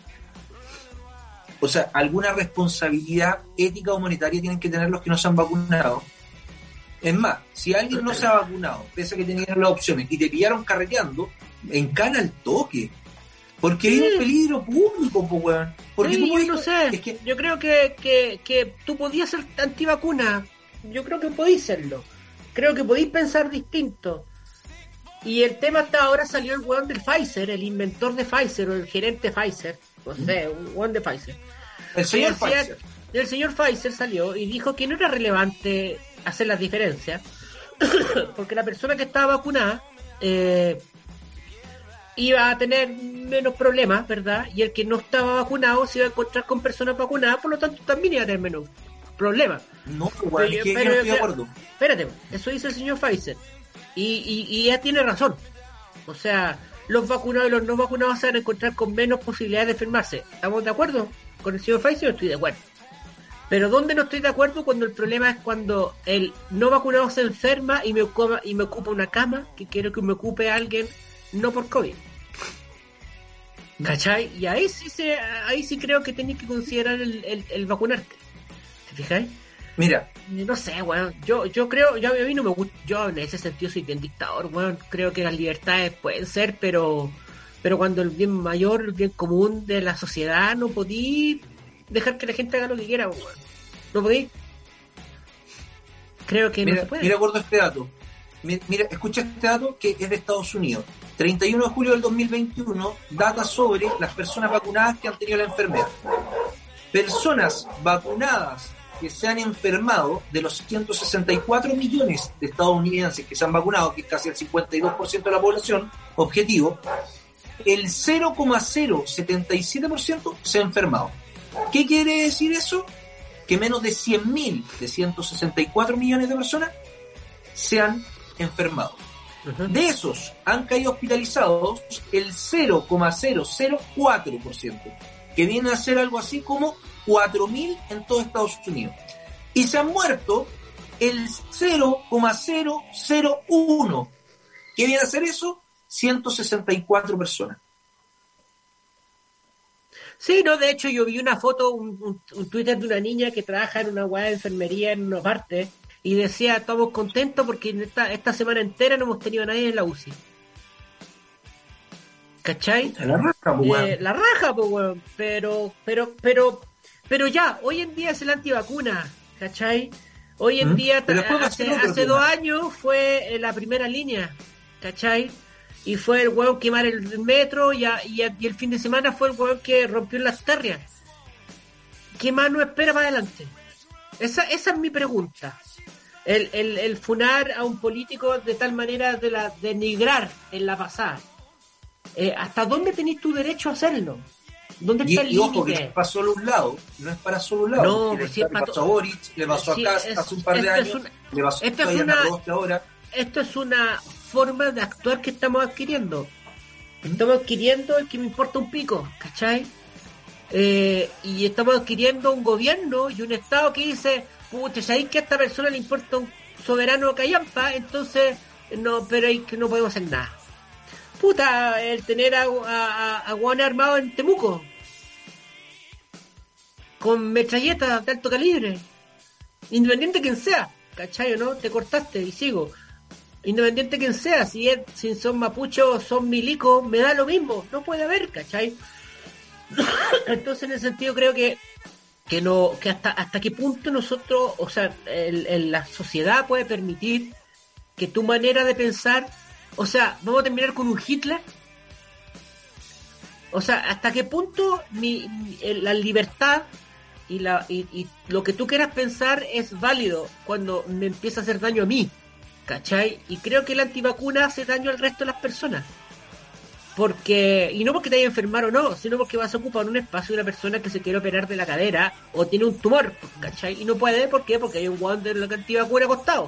[SPEAKER 4] O sea, alguna responsabilidad ética o monetaria tienen que tener los que no se han vacunado. Es más, si alguien no se ha vacunado, pese a que tenían las opciones, y te pillaron carreteando, encana el toque. Porque sí. Hay un peligro público, pues, weón. Porque
[SPEAKER 5] sí,
[SPEAKER 4] tú
[SPEAKER 5] yo no sé. Es que... Yo creo que, que, que tú podías ser antivacuna. Yo creo que podías serlo. Creo que podéis pensar distinto. Y el tema hasta ahora salió el weón del Pfizer, el inventor de Pfizer, o el gerente de Pfizer. No sé, un weón de Pfizer.
[SPEAKER 4] El señor
[SPEAKER 5] el,
[SPEAKER 4] Pfizer.
[SPEAKER 5] El señor Pfizer salió y dijo que no era relevante hacer las diferencias, porque la persona que estaba vacunada eh, iba a tener menos problemas, ¿verdad? Y el que no estaba vacunado se iba a encontrar con personas vacunadas, por lo tanto también iba a tener menos problemas.
[SPEAKER 4] No, bueno, pero, que pero, no estoy de acuerdo.
[SPEAKER 5] Espérate, eso dice el señor Pfizer. Y, y, y ella tiene razón. O sea, los vacunados y los no vacunados se van a encontrar con menos posibilidades de enfermarse. ¿Estamos de acuerdo con el señor Pfizer? Estoy de acuerdo. Pero ¿dónde no estoy de acuerdo? Cuando el problema es cuando el no vacunado se enferma y me ocupa, y me ocupa una cama, que quiero que me ocupe alguien, no por COVID. ¿Cachai? Y ahí sí se, ahí sí creo que tenés que considerar el, el, el vacunarte. ¿Te fijáis?
[SPEAKER 4] Mira.
[SPEAKER 5] No sé, weón. Yo, yo creo, yo a mí no me gusta, yo en ese sentido soy bien dictador, weón. Creo que las libertades pueden ser, pero pero cuando el bien mayor, el bien común de la sociedad, no podí dejar que la gente haga lo que quiera, weón. No podí. Creo que
[SPEAKER 4] mira,
[SPEAKER 5] no se puede.
[SPEAKER 4] Mira, acuerdo este dato. Mira, escucha este dato que es de Estados Unidos. treinta y uno de julio del dos mil veintiuno, data sobre las personas vacunadas que han tenido la enfermedad. Personas vacunadas que se han enfermado, de los ciento sesenta y cuatro millones de estadounidenses que se han vacunado, que es casi el cincuenta y dos por ciento de la población objetivo, el cero coma cero setenta y siete por ciento se ha enfermado. ¿Qué quiere decir eso? Que menos de cien mil de ciento sesenta y cuatro millones de personas se han enfermado. Uh-huh. De esos han caído hospitalizados el cero coma cero cero cuatro por ciento, que viene a ser algo así como cuatro mil en todo Estados Unidos. Y se han muerto el cero coma cero cero uno. ¿Qué viene a ser eso? ciento sesenta y cuatro personas.
[SPEAKER 5] Sí, no, de hecho yo vi una foto, un, un, un Twitter de una niña que trabaja en una hueá de enfermería en una parte y decía, estamos contentos porque en esta, esta semana entera no hemos tenido a nadie en la U C I. ¿Cachai?
[SPEAKER 4] La raja, pues,
[SPEAKER 5] eh, la raja, pues, weón. Pero, pero, pero, Pero ya, hoy en día es el antivacuna, ¿cachai? Hoy en ¿Mm? día, ta, hace, hace dos años fue la primera línea, ¿cachai? Y fue el hueón quemar el metro y, a, y, a, y el fin de semana fue el hueón que rompió las terrias. ¿Qué más nos espera para adelante? Esa, esa es mi pregunta. El, el, el funar a un político de tal manera de la denigrar en la pasada. Eh, ¿Hasta dónde tenés tu derecho a hacerlo? ¿Dónde está
[SPEAKER 4] y,
[SPEAKER 5] el
[SPEAKER 4] y ojo,
[SPEAKER 5] límite?
[SPEAKER 4] que es para solo un lado, no es para solo un lado.
[SPEAKER 5] No,
[SPEAKER 4] le,
[SPEAKER 5] si es
[SPEAKER 4] le pasó a Boric, le pasó
[SPEAKER 5] sí,
[SPEAKER 4] a Kast
[SPEAKER 5] es,
[SPEAKER 4] hace un par de años,
[SPEAKER 5] una,
[SPEAKER 4] le pasó
[SPEAKER 5] esto
[SPEAKER 4] a
[SPEAKER 5] es una,
[SPEAKER 4] ahora.
[SPEAKER 5] Esto es una forma de actuar que estamos adquiriendo. Estamos adquiriendo el que me importa un pico, ¿cachai? Eh, y estamos adquiriendo un gobierno y un Estado que dice, pucha, ¿sabéis que a esta persona le importa un soberano callampa? Entonces, no, pero hay que no podemos hacer nada. Puta, el tener a, a, a Juan armado en Temuco con metralletas de alto calibre, independiente de quien sea, ¿cachai o no? Te cortaste y sigo. Independiente de quien sea, si, es, si son mapuchos o son milicos, me da lo mismo, no puede haber, ¿cachai? Entonces, en ese sentido, creo que que no que hasta hasta qué punto nosotros, o sea, el, el, la sociedad puede permitir que tu manera de pensar, o sea, vamos a terminar con un Hitler. O sea, hasta qué punto mi, mi la libertad y la y, y lo que tú quieras pensar es válido cuando me empieza a hacer daño a mí, ¿cachai? Y creo que la antivacuna hace daño al resto de las personas. Porque, y no porque te vaya a enfermar o no, sino porque vas a ocupar un espacio de una persona que se quiere operar de la cadera o tiene un tumor, ¿cachai? Y no puede, ¿por qué? Porque hay un guan de la antivacuna acostado.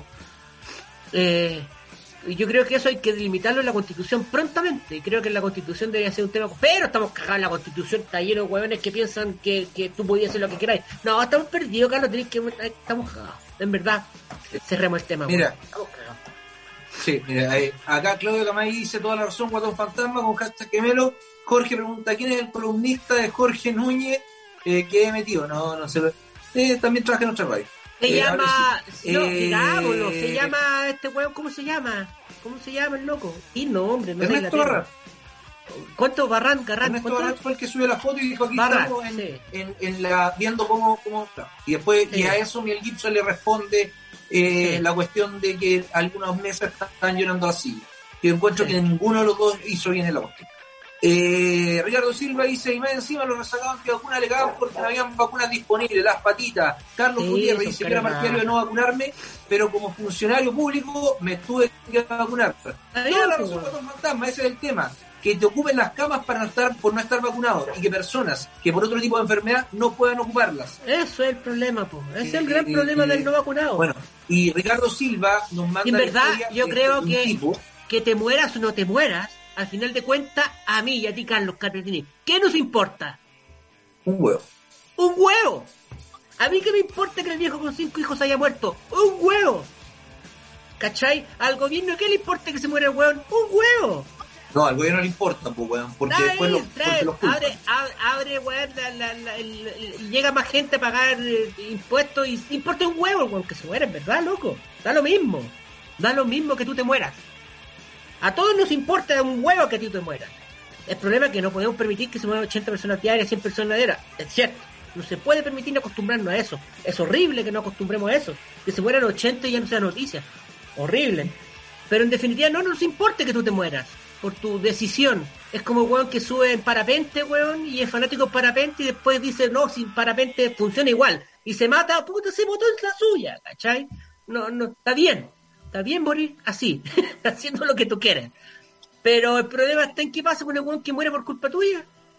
[SPEAKER 5] Eh, y yo creo que eso hay que delimitarlo en la Constitución prontamente. Y creo que en la Constitución debería ser un tema. Pero estamos cagados en la Constitución, está lleno de huevones que piensan que, que tú podías hacer lo que queráis. No, estamos perdidos, Carlos, tenéis que. Estamos cagados. En verdad, cerremos el tema.
[SPEAKER 4] Mira.
[SPEAKER 5] Bueno. Estamos cagados.
[SPEAKER 4] Sí, mira, eh, acá Claudio Camay dice toda la razón, Guatón Fantasma, con hashtag gemelo. Jorge pregunta, ¿quién es el columnista de Jorge Núñez eh, que he metido? No, no sé. Eh, también trabaja en otra radio.
[SPEAKER 5] Se
[SPEAKER 4] eh,
[SPEAKER 5] llama,
[SPEAKER 4] sí.
[SPEAKER 5] no,
[SPEAKER 4] eh,
[SPEAKER 5] digámoslo, se llama este hueón, ¿cómo se llama? ¿Cómo se llama el loco? Y no, hombre, no sé.
[SPEAKER 4] Ernesto Barran.
[SPEAKER 5] ¿Cuánto Barran, Garran?
[SPEAKER 4] Ernesto
[SPEAKER 5] ¿cuánto?
[SPEAKER 4] Barran fue el que subió la foto y dijo, aquí
[SPEAKER 5] Barran,
[SPEAKER 4] estamos en,
[SPEAKER 5] sí.
[SPEAKER 4] en, en la, viendo cómo, cómo está. Y después, sí. y a eso Miguel Gibson le responde eh, sí. la cuestión de que algunas mesas están llenando así. Yo encuentro sí. que ninguno de los dos hizo bien el hostia. Eh, Ricardo Silva dice, y más encima los rezagados antivacunas le cagaban porque no habían vacunas disponibles, las patitas. Carlos sí, Gutiérrez dice que era partidario de no vacunarme, pero como funcionario público me tuve que vacunar. Toda la razón con fantasma, ese es el tema. Que te ocupen las camas para no estar, por no estar vacunados y que personas que por otro tipo de enfermedad no puedan ocuparlas.
[SPEAKER 5] Eso es el problema, po. Ese es el gran eh, problema eh, del no vacunado.
[SPEAKER 4] Bueno, y Ricardo Silva nos manda.
[SPEAKER 5] En verdad, yo creo
[SPEAKER 4] de
[SPEAKER 5] que,
[SPEAKER 4] tipo,
[SPEAKER 5] que te mueras o no te mueras, al final de cuentas, a mí y a ti, Carlos Carpetini, ¿qué nos importa?
[SPEAKER 4] Un huevo.
[SPEAKER 5] ¡Un huevo! ¿A mí qué me importa que el viejo con cinco hijos haya muerto? ¡Un huevo! ¿Cachai? ¿Al gobierno qué le importa que se muera el hueón? ¡Un huevo!
[SPEAKER 4] No, al gobierno no le importa, pues, weón, porque
[SPEAKER 5] trae,
[SPEAKER 4] después lo, porque los culpan.
[SPEAKER 5] Abre, abre, abre weón, la, la, la, el, el, y llega más gente a pagar eh, impuestos y importa un huevo, weón, que se muera, ¿verdad, loco? Da lo mismo. Da lo mismo que tú te mueras. A todos nos importa un huevo que tú te mueras. El problema es que no podemos permitir que se mueran ochenta personas diarias, cien personas diarias. Es cierto. No se puede permitir acostumbrarnos a eso. Es horrible que no acostumbremos a eso. Que se mueran ochenta y ya no sea noticia. Horrible. Pero en definitiva no nos importa que tú te mueras por tu decisión. Es como el weón que sube en parapente, weón, y es fanático de parapente y después dice, no, sin parapente funciona igual. Y se mata, puta, se botó en la suya, ¿cachai? No, no, está bien. Está bien morir así, haciendo lo que tú quieres. Pero el problema está en qué pasa con el weón que muere por culpa tuya.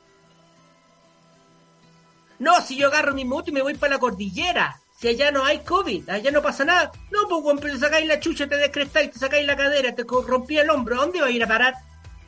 [SPEAKER 5] No, si yo agarro mi moto y me voy para la cordillera, si allá no hay COVID, allá no pasa nada. No, pues weón, pero te sacáis la chucha, te descrestáis, te sacáis la cadera, te rompí el hombro, ¿a dónde vas a ir a parar?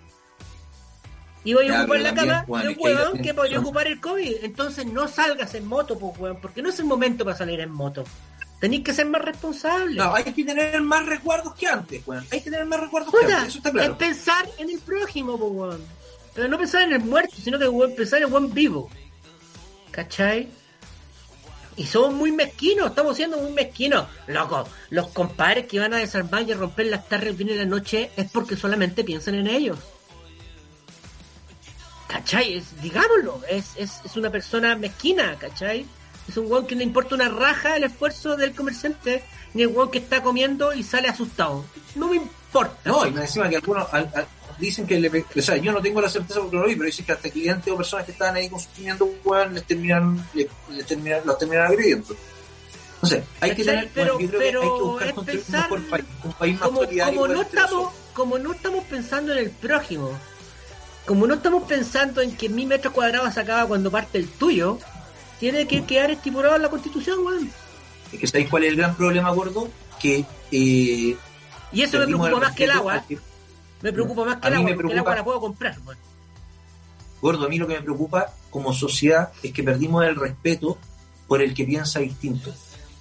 [SPEAKER 5] Y voy a ya, ocupar la también, cama Juan, de un huevón que, que podría ocupar el COVID. Entonces no salgas en moto, pues weón, porque no es el momento para salir en moto. Tenéis que ser más responsables.
[SPEAKER 4] No, hay que tener más resguardos que antes, weón. Hay que tener más resguardos
[SPEAKER 5] Puta,
[SPEAKER 4] que antes, eso está claro.
[SPEAKER 5] Es pensar en el prójimo, pues weón. Pero no pensar en el muerto, sino que weón, pensar en el buen vivo. ¿Cachai? Y somos muy mezquinos, estamos siendo muy mezquinos. Loco, los compadres que van a desarmar y a romper las tardes el viernes de la noche es porque solamente piensan en ellos. ¿Cachai? Es, digámoslo, es, es, es una persona mezquina, ¿cachai? Es un weón que no importa una raja el esfuerzo del comerciante, ni el weón que está comiendo y sale asustado. No me importa.
[SPEAKER 4] No, y me encima que algunos al, al, dicen que le, o sea, yo no tengo la certeza porque no lo vi, pero dicen que hasta clientes o personas que estaban ahí consumiendo weón les terminan, les, les terminan, los terminan agrediendo. No sé, hay que tener,
[SPEAKER 5] pero,
[SPEAKER 4] bueno, yo creo
[SPEAKER 5] pero
[SPEAKER 4] que hay que buscar construir un mejor país, un país más
[SPEAKER 5] como,
[SPEAKER 4] solidario.
[SPEAKER 5] Como no estamos, como no estamos pensando en el prójimo, como no estamos pensando en que mi metro cuadrado se acaba cuando parte el tuyo, tiene que quedar estipulado en la Constitución, weón.
[SPEAKER 4] Es que ¿sabéis cuál es el gran problema, gordo? Que eh,
[SPEAKER 5] y eso me preocupa más que el agua.
[SPEAKER 4] Que,
[SPEAKER 5] me preocupa más que el agua, porque
[SPEAKER 4] preocupa,
[SPEAKER 5] el agua la puedo comprar, weón.
[SPEAKER 4] Gordo, a mí lo que me preocupa como sociedad es que perdimos el respeto por el que piensa distinto.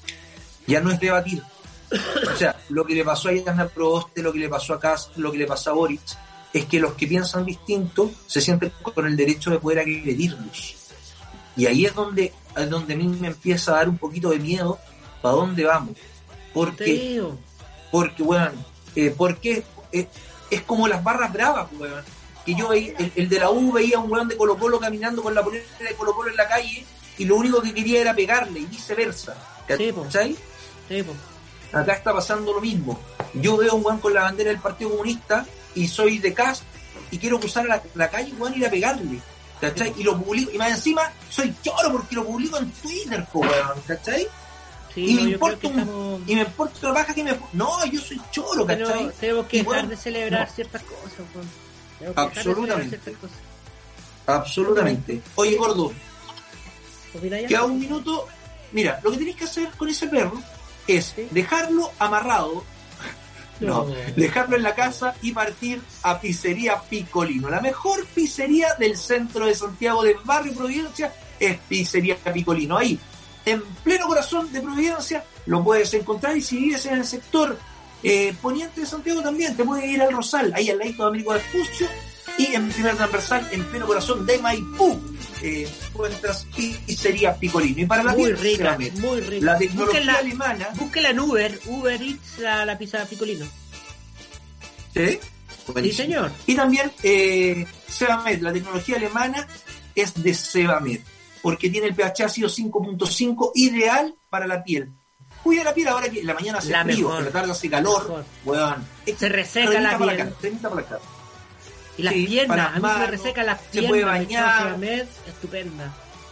[SPEAKER 4] Ya no es debatir. O sea, lo que le pasó a Yasna Proboste, lo que le pasó a Kast, lo que le pasó a Boric, es que los que piensan distinto se sienten con el derecho de poder agredirlos. Y ahí es donde, es donde a mí me empieza a dar un poquito de miedo para dónde vamos. Porque, porque bueno, eh, porque eh, es como las barras bravas, weón. Que yo veía, el, el de la U veía a un weón de Colo Colo caminando con la polera de Colo Colo en la calle y lo único que quería era pegarle y viceversa. ¿Cachai?
[SPEAKER 5] Sí, po.
[SPEAKER 4] Acá está pasando lo mismo. Yo veo a un weón con la bandera del Partido Comunista y soy de Kast y quiero cruzar la, la calle, weón, y ir a pegarle. ¿Cachai? Y lo publico, y más encima soy choro porque lo publico en Twitter, po, weón, ¿cachai?
[SPEAKER 5] Sí,
[SPEAKER 4] y,
[SPEAKER 5] no,
[SPEAKER 4] me importa un,
[SPEAKER 5] estamos...
[SPEAKER 4] y me importa la baja que me... No, yo soy choro, ¿cachai?
[SPEAKER 5] Pero tenemos que
[SPEAKER 4] y,
[SPEAKER 5] dejar
[SPEAKER 4] bueno,
[SPEAKER 5] de celebrar
[SPEAKER 4] no.
[SPEAKER 5] ciertas cosas, weón.
[SPEAKER 4] Absolutamente. Cosas. Absolutamente. Oye, gordo, queda un minuto. Mira, lo que tenéis que hacer con ese perro es ¿sí? dejarlo amarrado, no, no, dejarlo en la casa y partir a Pizzería Picolino. La mejor pizzería del centro de Santiago, del barrio Providencia, es Pizzería Picolino. Ahí, en pleno corazón de Providencia, lo puedes encontrar. Y si vives en el sector eh, poniente de Santiago también, te puedes ir al Rosal, ahí al ladito de Américo Vespucio, y en primer transversal, en pleno corazón de Maipú, eh, encuentras Pizzería Picolino. Y para la
[SPEAKER 5] muy
[SPEAKER 4] piel,
[SPEAKER 5] rica, muy rica.
[SPEAKER 4] La tecnología
[SPEAKER 5] búsquela,
[SPEAKER 4] alemana.
[SPEAKER 5] Búsquela en Uber, Uber Eats, la, la pizza Picolino.
[SPEAKER 4] ¿Sí?
[SPEAKER 5] Sí, señor.
[SPEAKER 4] Y también eh, Sebamed, la tecnología alemana es de Sebamed, porque tiene el pH ácido cinco punto cinco, ideal para la piel. Cuida la piel ahora que en la mañana hace
[SPEAKER 5] la
[SPEAKER 4] frío,
[SPEAKER 5] mejor,
[SPEAKER 4] en la tarde hace calor, weón.
[SPEAKER 5] Se reseca la piel.
[SPEAKER 4] Acá, para acá.
[SPEAKER 5] Y las
[SPEAKER 4] sí,
[SPEAKER 5] piernas, a mí manos, me reseca las piernas.
[SPEAKER 4] Se puede bañar.
[SPEAKER 5] Sebamed, estupenda.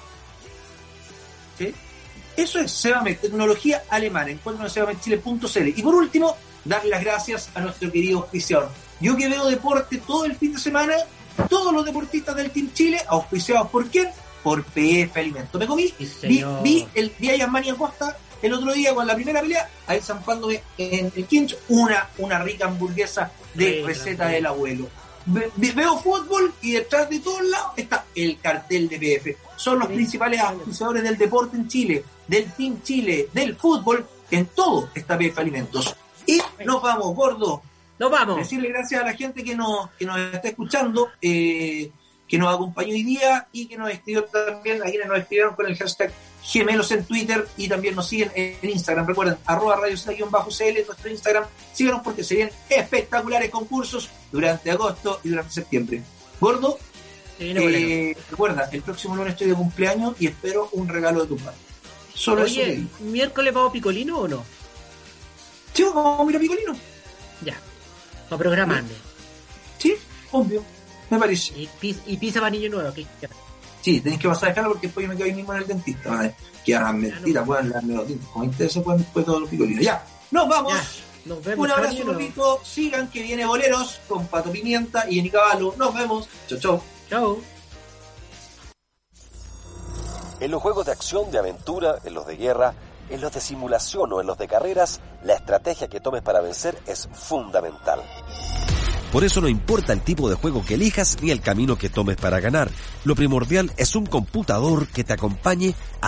[SPEAKER 4] ¿Sí? Eso es Sebamed, tecnología alemana. Encuentran en sebamed chile punto c l. Y por último, darle las gracias a nuestro querido auspiciador. Yo que veo deporte todo el fin de semana, todos los deportistas del Team Chile, auspiciados por quién? Por P F Alimentos. Me comí,
[SPEAKER 5] sí,
[SPEAKER 4] vi, vi el día de Yasmani Acosta el otro día con la primera pelea, ahí zampándome en el quincho una, una rica hamburguesa de sí, receta del abuelo. Ve, veo fútbol y detrás de todos lados está el cartel de P F. Son los sí, principales auspiciadores del deporte en Chile, del Team Chile, del fútbol, en todo está P F Alimentos. Y nos vamos, gordo.
[SPEAKER 5] Nos vamos.
[SPEAKER 4] Decirle gracias a la gente que nos, que nos está escuchando, eh, que nos acompañó hoy día y que nos escribió también, a quienes nos escribieron con el hashtag Gemelos en Twitter y también nos siguen en Instagram. Recuerden, arroba radio C L, nuestro Instagram. Síganos porque se vienen espectaculares concursos durante agosto y durante septiembre. Gordo, sí, no, eh, bueno. Recuerda, el próximo lunes estoy de cumpleaños y espero un regalo de tu padre. Solo
[SPEAKER 5] Oye,
[SPEAKER 4] eso.
[SPEAKER 5] ¿miércoles vamos Picolino o no?
[SPEAKER 4] Sí, vamos a ir a Picolino.
[SPEAKER 5] Ya, para programarme.
[SPEAKER 4] Sí, obvio, me parece.
[SPEAKER 5] Y, pis, y pizza para niño nuevo, ¿qué?
[SPEAKER 4] Sí, tenés que pasar a dejarlo porque después yo me quedo ahí mismo en el dentista. Madre. Que hagan mentiras, puedan darme los dientes. Como interés se pueden después todos los picolinos. Ya, nos vamos. Ya,
[SPEAKER 5] nos vemos.
[SPEAKER 4] Un abrazo, Lopito. Sigan que viene Boleros con Pato Pimienta y Eni Caballo. Nos vemos. Chau, chau.
[SPEAKER 5] Chau.
[SPEAKER 9] En los juegos de acción, de aventura, en los de guerra, en los de simulación o en los de carreras, la estrategia que tomes para vencer es fundamental.
[SPEAKER 10] Por eso no importa el tipo de juego que elijas ni el camino que tomes para ganar. Lo primordial es un computador que te acompañe a